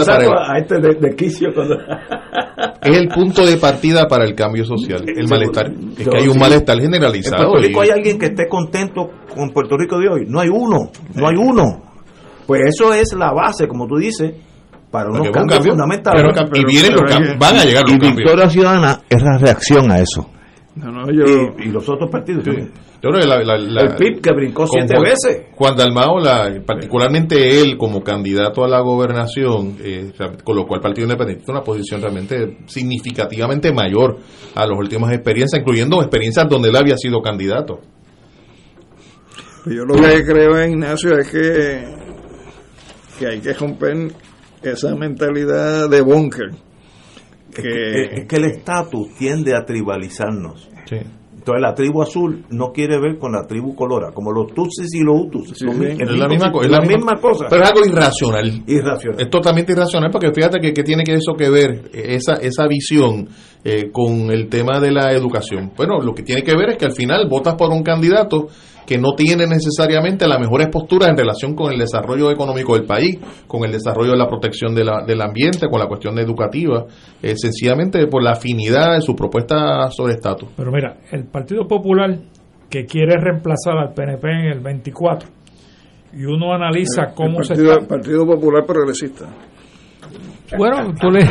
es el punto de partida para el cambio social, el malestar. Es que hay un malestar generalizado. ¿En Puerto Rico hay alguien que esté contento con Puerto Rico de hoy? No hay uno. Pues eso es la base, como tú dices, para unos cambios fundamentales. Y vienen los cambios, van a llegar los cambios. Y Victoria Ciudadana es la reacción a eso. Y los otros partidos también. Yo creo que el PIB que brincó 7 veces. Juan Dalmau, particularmente él como candidato a la gobernación, colocó al Partido Independiente en una posición realmente significativamente mayor a las últimas experiencias, incluyendo experiencias donde él había sido candidato. Yo lo que creo, Ignacio, es que hay que romper esa mentalidad de búnker. Es que el estatus tiende a tribalizarnos. Sí. Entonces la tribu azul no quiere ver con la tribu colora, como los tutsis y los hutus. Es la misma cosa. Pero es algo irracional. Es totalmente irracional, porque fíjate que tiene eso que ver, esa visión con el tema de la educación. Bueno, lo que tiene que ver es que al final votas por un candidato que no tiene necesariamente las mejores posturas en relación con el desarrollo económico del país, con el desarrollo de la protección del ambiente, con la cuestión educativa, sencillamente por la afinidad de su propuesta sobre estatus. Pero mira, el Partido Popular, que quiere reemplazar al PNP en el 24, y uno analiza cómo se está... El Partido Popular Progresista. Bueno, tú le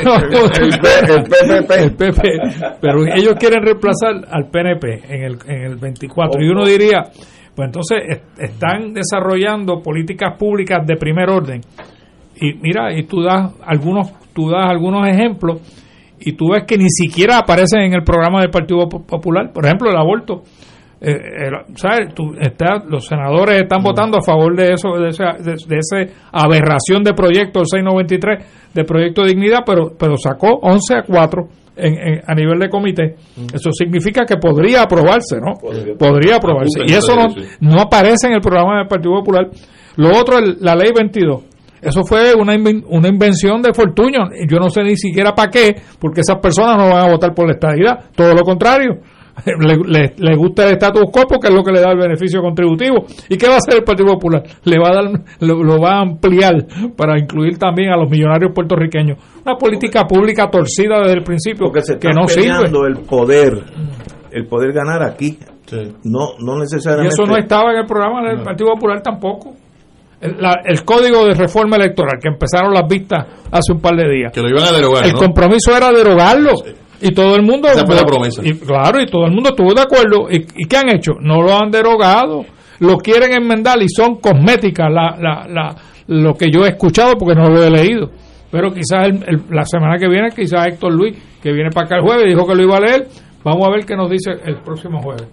el PP, pero ellos quieren reemplazar al PNP en el 24, y uno diría, pues entonces están desarrollando políticas públicas de primer orden, y mira, y tú das algunos ejemplos, y tú ves que ni siquiera aparecen en el programa del Partido Popular. Por ejemplo, el aborto. ¿Sabes? Los senadores están votando a favor de eso, de esa aberración de proyecto, el 693 de proyecto de dignidad, pero sacó 11-4 a nivel de comité. Eso significa que podría aprobarse, ¿no? Podría aprobarse. Y eso no aparece en el programa del Partido Popular. Lo otro es la ley 22. Eso fue una invención de Fortuño. Yo no sé ni siquiera para qué, porque esas personas no van a votar por la estadidad. Todo lo contrario. Le gusta el status quo porque es lo que le da el beneficio contributivo. ¿Y qué va a hacer el Partido Popular? Le va a dar, lo va a ampliar para incluir también a los millonarios puertorriqueños. Una política pública torcida desde el principio que no sirve. El poder ganar aquí, no necesariamente. Y eso no estaba en el programa del Partido Popular tampoco. El código de reforma electoral, que empezaron las vistas hace un par de días, que lo iban a derogar, el compromiso era derogarlo. Sí. Y todo el mundo, esa fue la promesa. Y todo el mundo estuvo de acuerdo. ¿Y qué han hecho? No lo han derogado, lo quieren enmendar y son cosméticas lo que yo he escuchado, porque no lo he leído. Pero quizás la semana que viene, quizás Héctor Luis, que viene para acá el jueves, dijo que lo iba a leer. Vamos a ver qué nos dice el próximo jueves.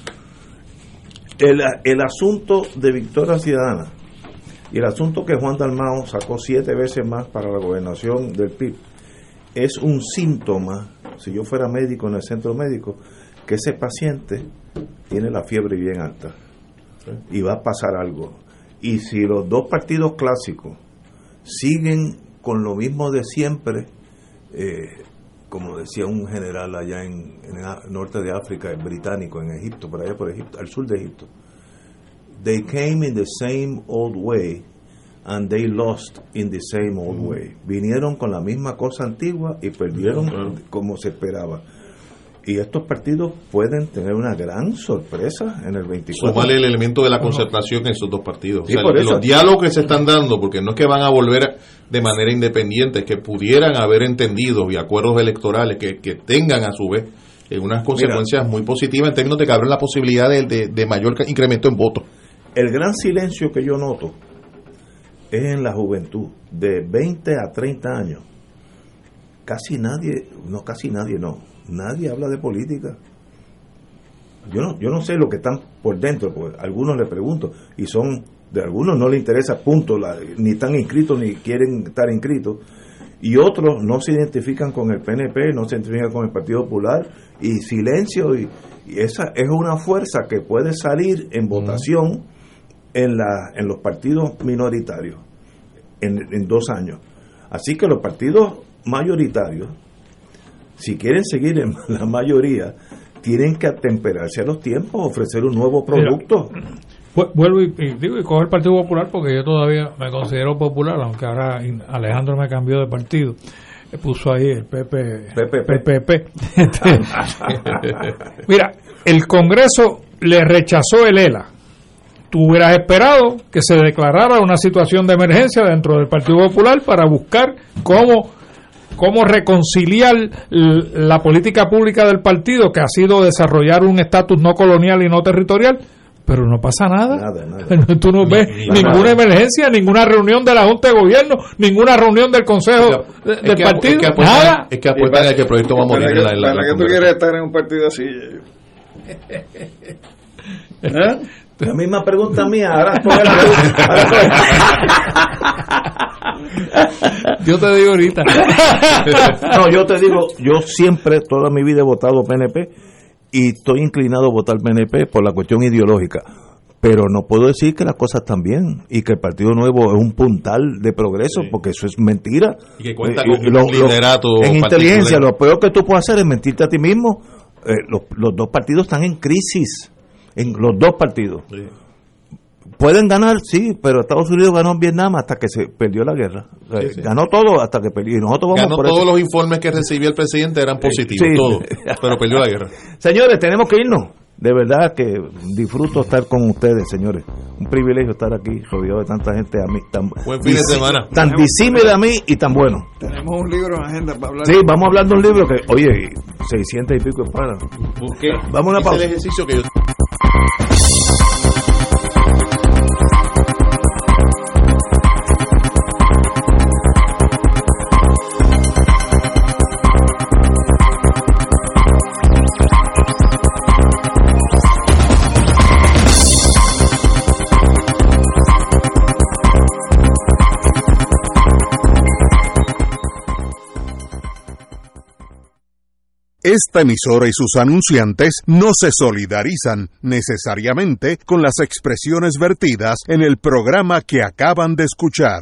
El asunto de Victoria Ciudadana y el asunto que Juan Dalmau sacó 7 veces más para la gobernación del PIB es un síntoma, si yo fuera médico en el centro médico, que ese paciente tiene la fiebre bien alta y va a pasar algo. Y si los dos partidos clásicos siguen con lo mismo de siempre, como decía un general allá en el norte de África, el británico, en Egipto, por allá por Egipto, al sur de Egipto, they came in the same old way and they lost in the same old way. Vinieron con la misma cosa antigua y perdieron como se esperaba. Y estos partidos pueden tener una gran sorpresa en el 24. Sumarle el elemento de la concertación en esos dos partidos. Sí, o sea, los diálogos que se están dando, porque no es que van a volver de manera independiente, es que pudieran haber entendido y acuerdos electorales que tengan a su vez unas consecuencias muy positivas en términos de que abren la posibilidad de mayor incremento en votos. El gran silencio que yo noto es en la juventud de 20 a 30 años. Nadie habla de política. Yo no sé lo que están por dentro, porque a algunos les pregunto, y de algunos no les interesa, punto, ni están inscritos ni quieren estar inscritos, y otros no se identifican con el PNP, no se identifican con el Partido Popular, y silencio, y esa es una fuerza que puede salir en votación en los partidos minoritarios en 2 años. Así que los partidos mayoritarios, si quieren seguir en la mayoría, tienen que atemperarse a los tiempos, ofrecer un nuevo producto. Mira, vuelvo y cojo el Partido Popular, porque yo todavía me considero popular, aunque ahora Alejandro me cambió de partido. Puso ahí el PPP. Mira, el Congreso le rechazó el ELA. Tú hubieras esperado que se declarara una situación de emergencia dentro del Partido Popular para buscar cómo reconciliar la política pública del partido, que ha sido desarrollar un estatus no colonial y no territorial, pero no pasa nada. Tú no ves ninguna emergencia, ninguna reunión de la Junta de Gobierno, ninguna reunión del Consejo del partido, nada. Es que apuestan a que el proyecto va a morir en la ¿Para qué tú quieres estar en un partido así? La misma pregunta mía, ahora yo te digo ahorita. No, yo te digo, yo siempre, toda mi vida he votado PNP, y estoy inclinado a votar PNP por la cuestión ideológica. Pero no puedo decir que las cosas están bien y que el Partido Nuevo es un puntal de progreso, porque eso es mentira. Y que cuenta con un liderato en inteligencia, lo peor que tú puedes hacer es mentirte a ti mismo. Los dos partidos están en crisis, en los dos partidos. Sí. Pueden ganar, sí, pero Estados Unidos ganó en Vietnam hasta que se perdió la guerra. Sí. Ganó todo hasta que perdió. Y nosotros vamos ganó por todos eso. Los informes que recibía el presidente eran positivos, sí. Todos, pero perdió la guerra. Señores, tenemos que irnos. De verdad que disfruto estar con ustedes, señores. Un privilegio estar aquí rodeado de tanta gente a mí, buen fin de semana. Tan disímil a mí y tan bueno. Tenemos un libro en agenda para hablar. Sí, vamos a hablar de un libro que, oye, 600 y pico de páginas. Vamos a una pausa. El ejercicio que yo... Esta emisora y sus anunciantes no se solidarizan necesariamente con las expresiones vertidas en el programa que acaban de escuchar.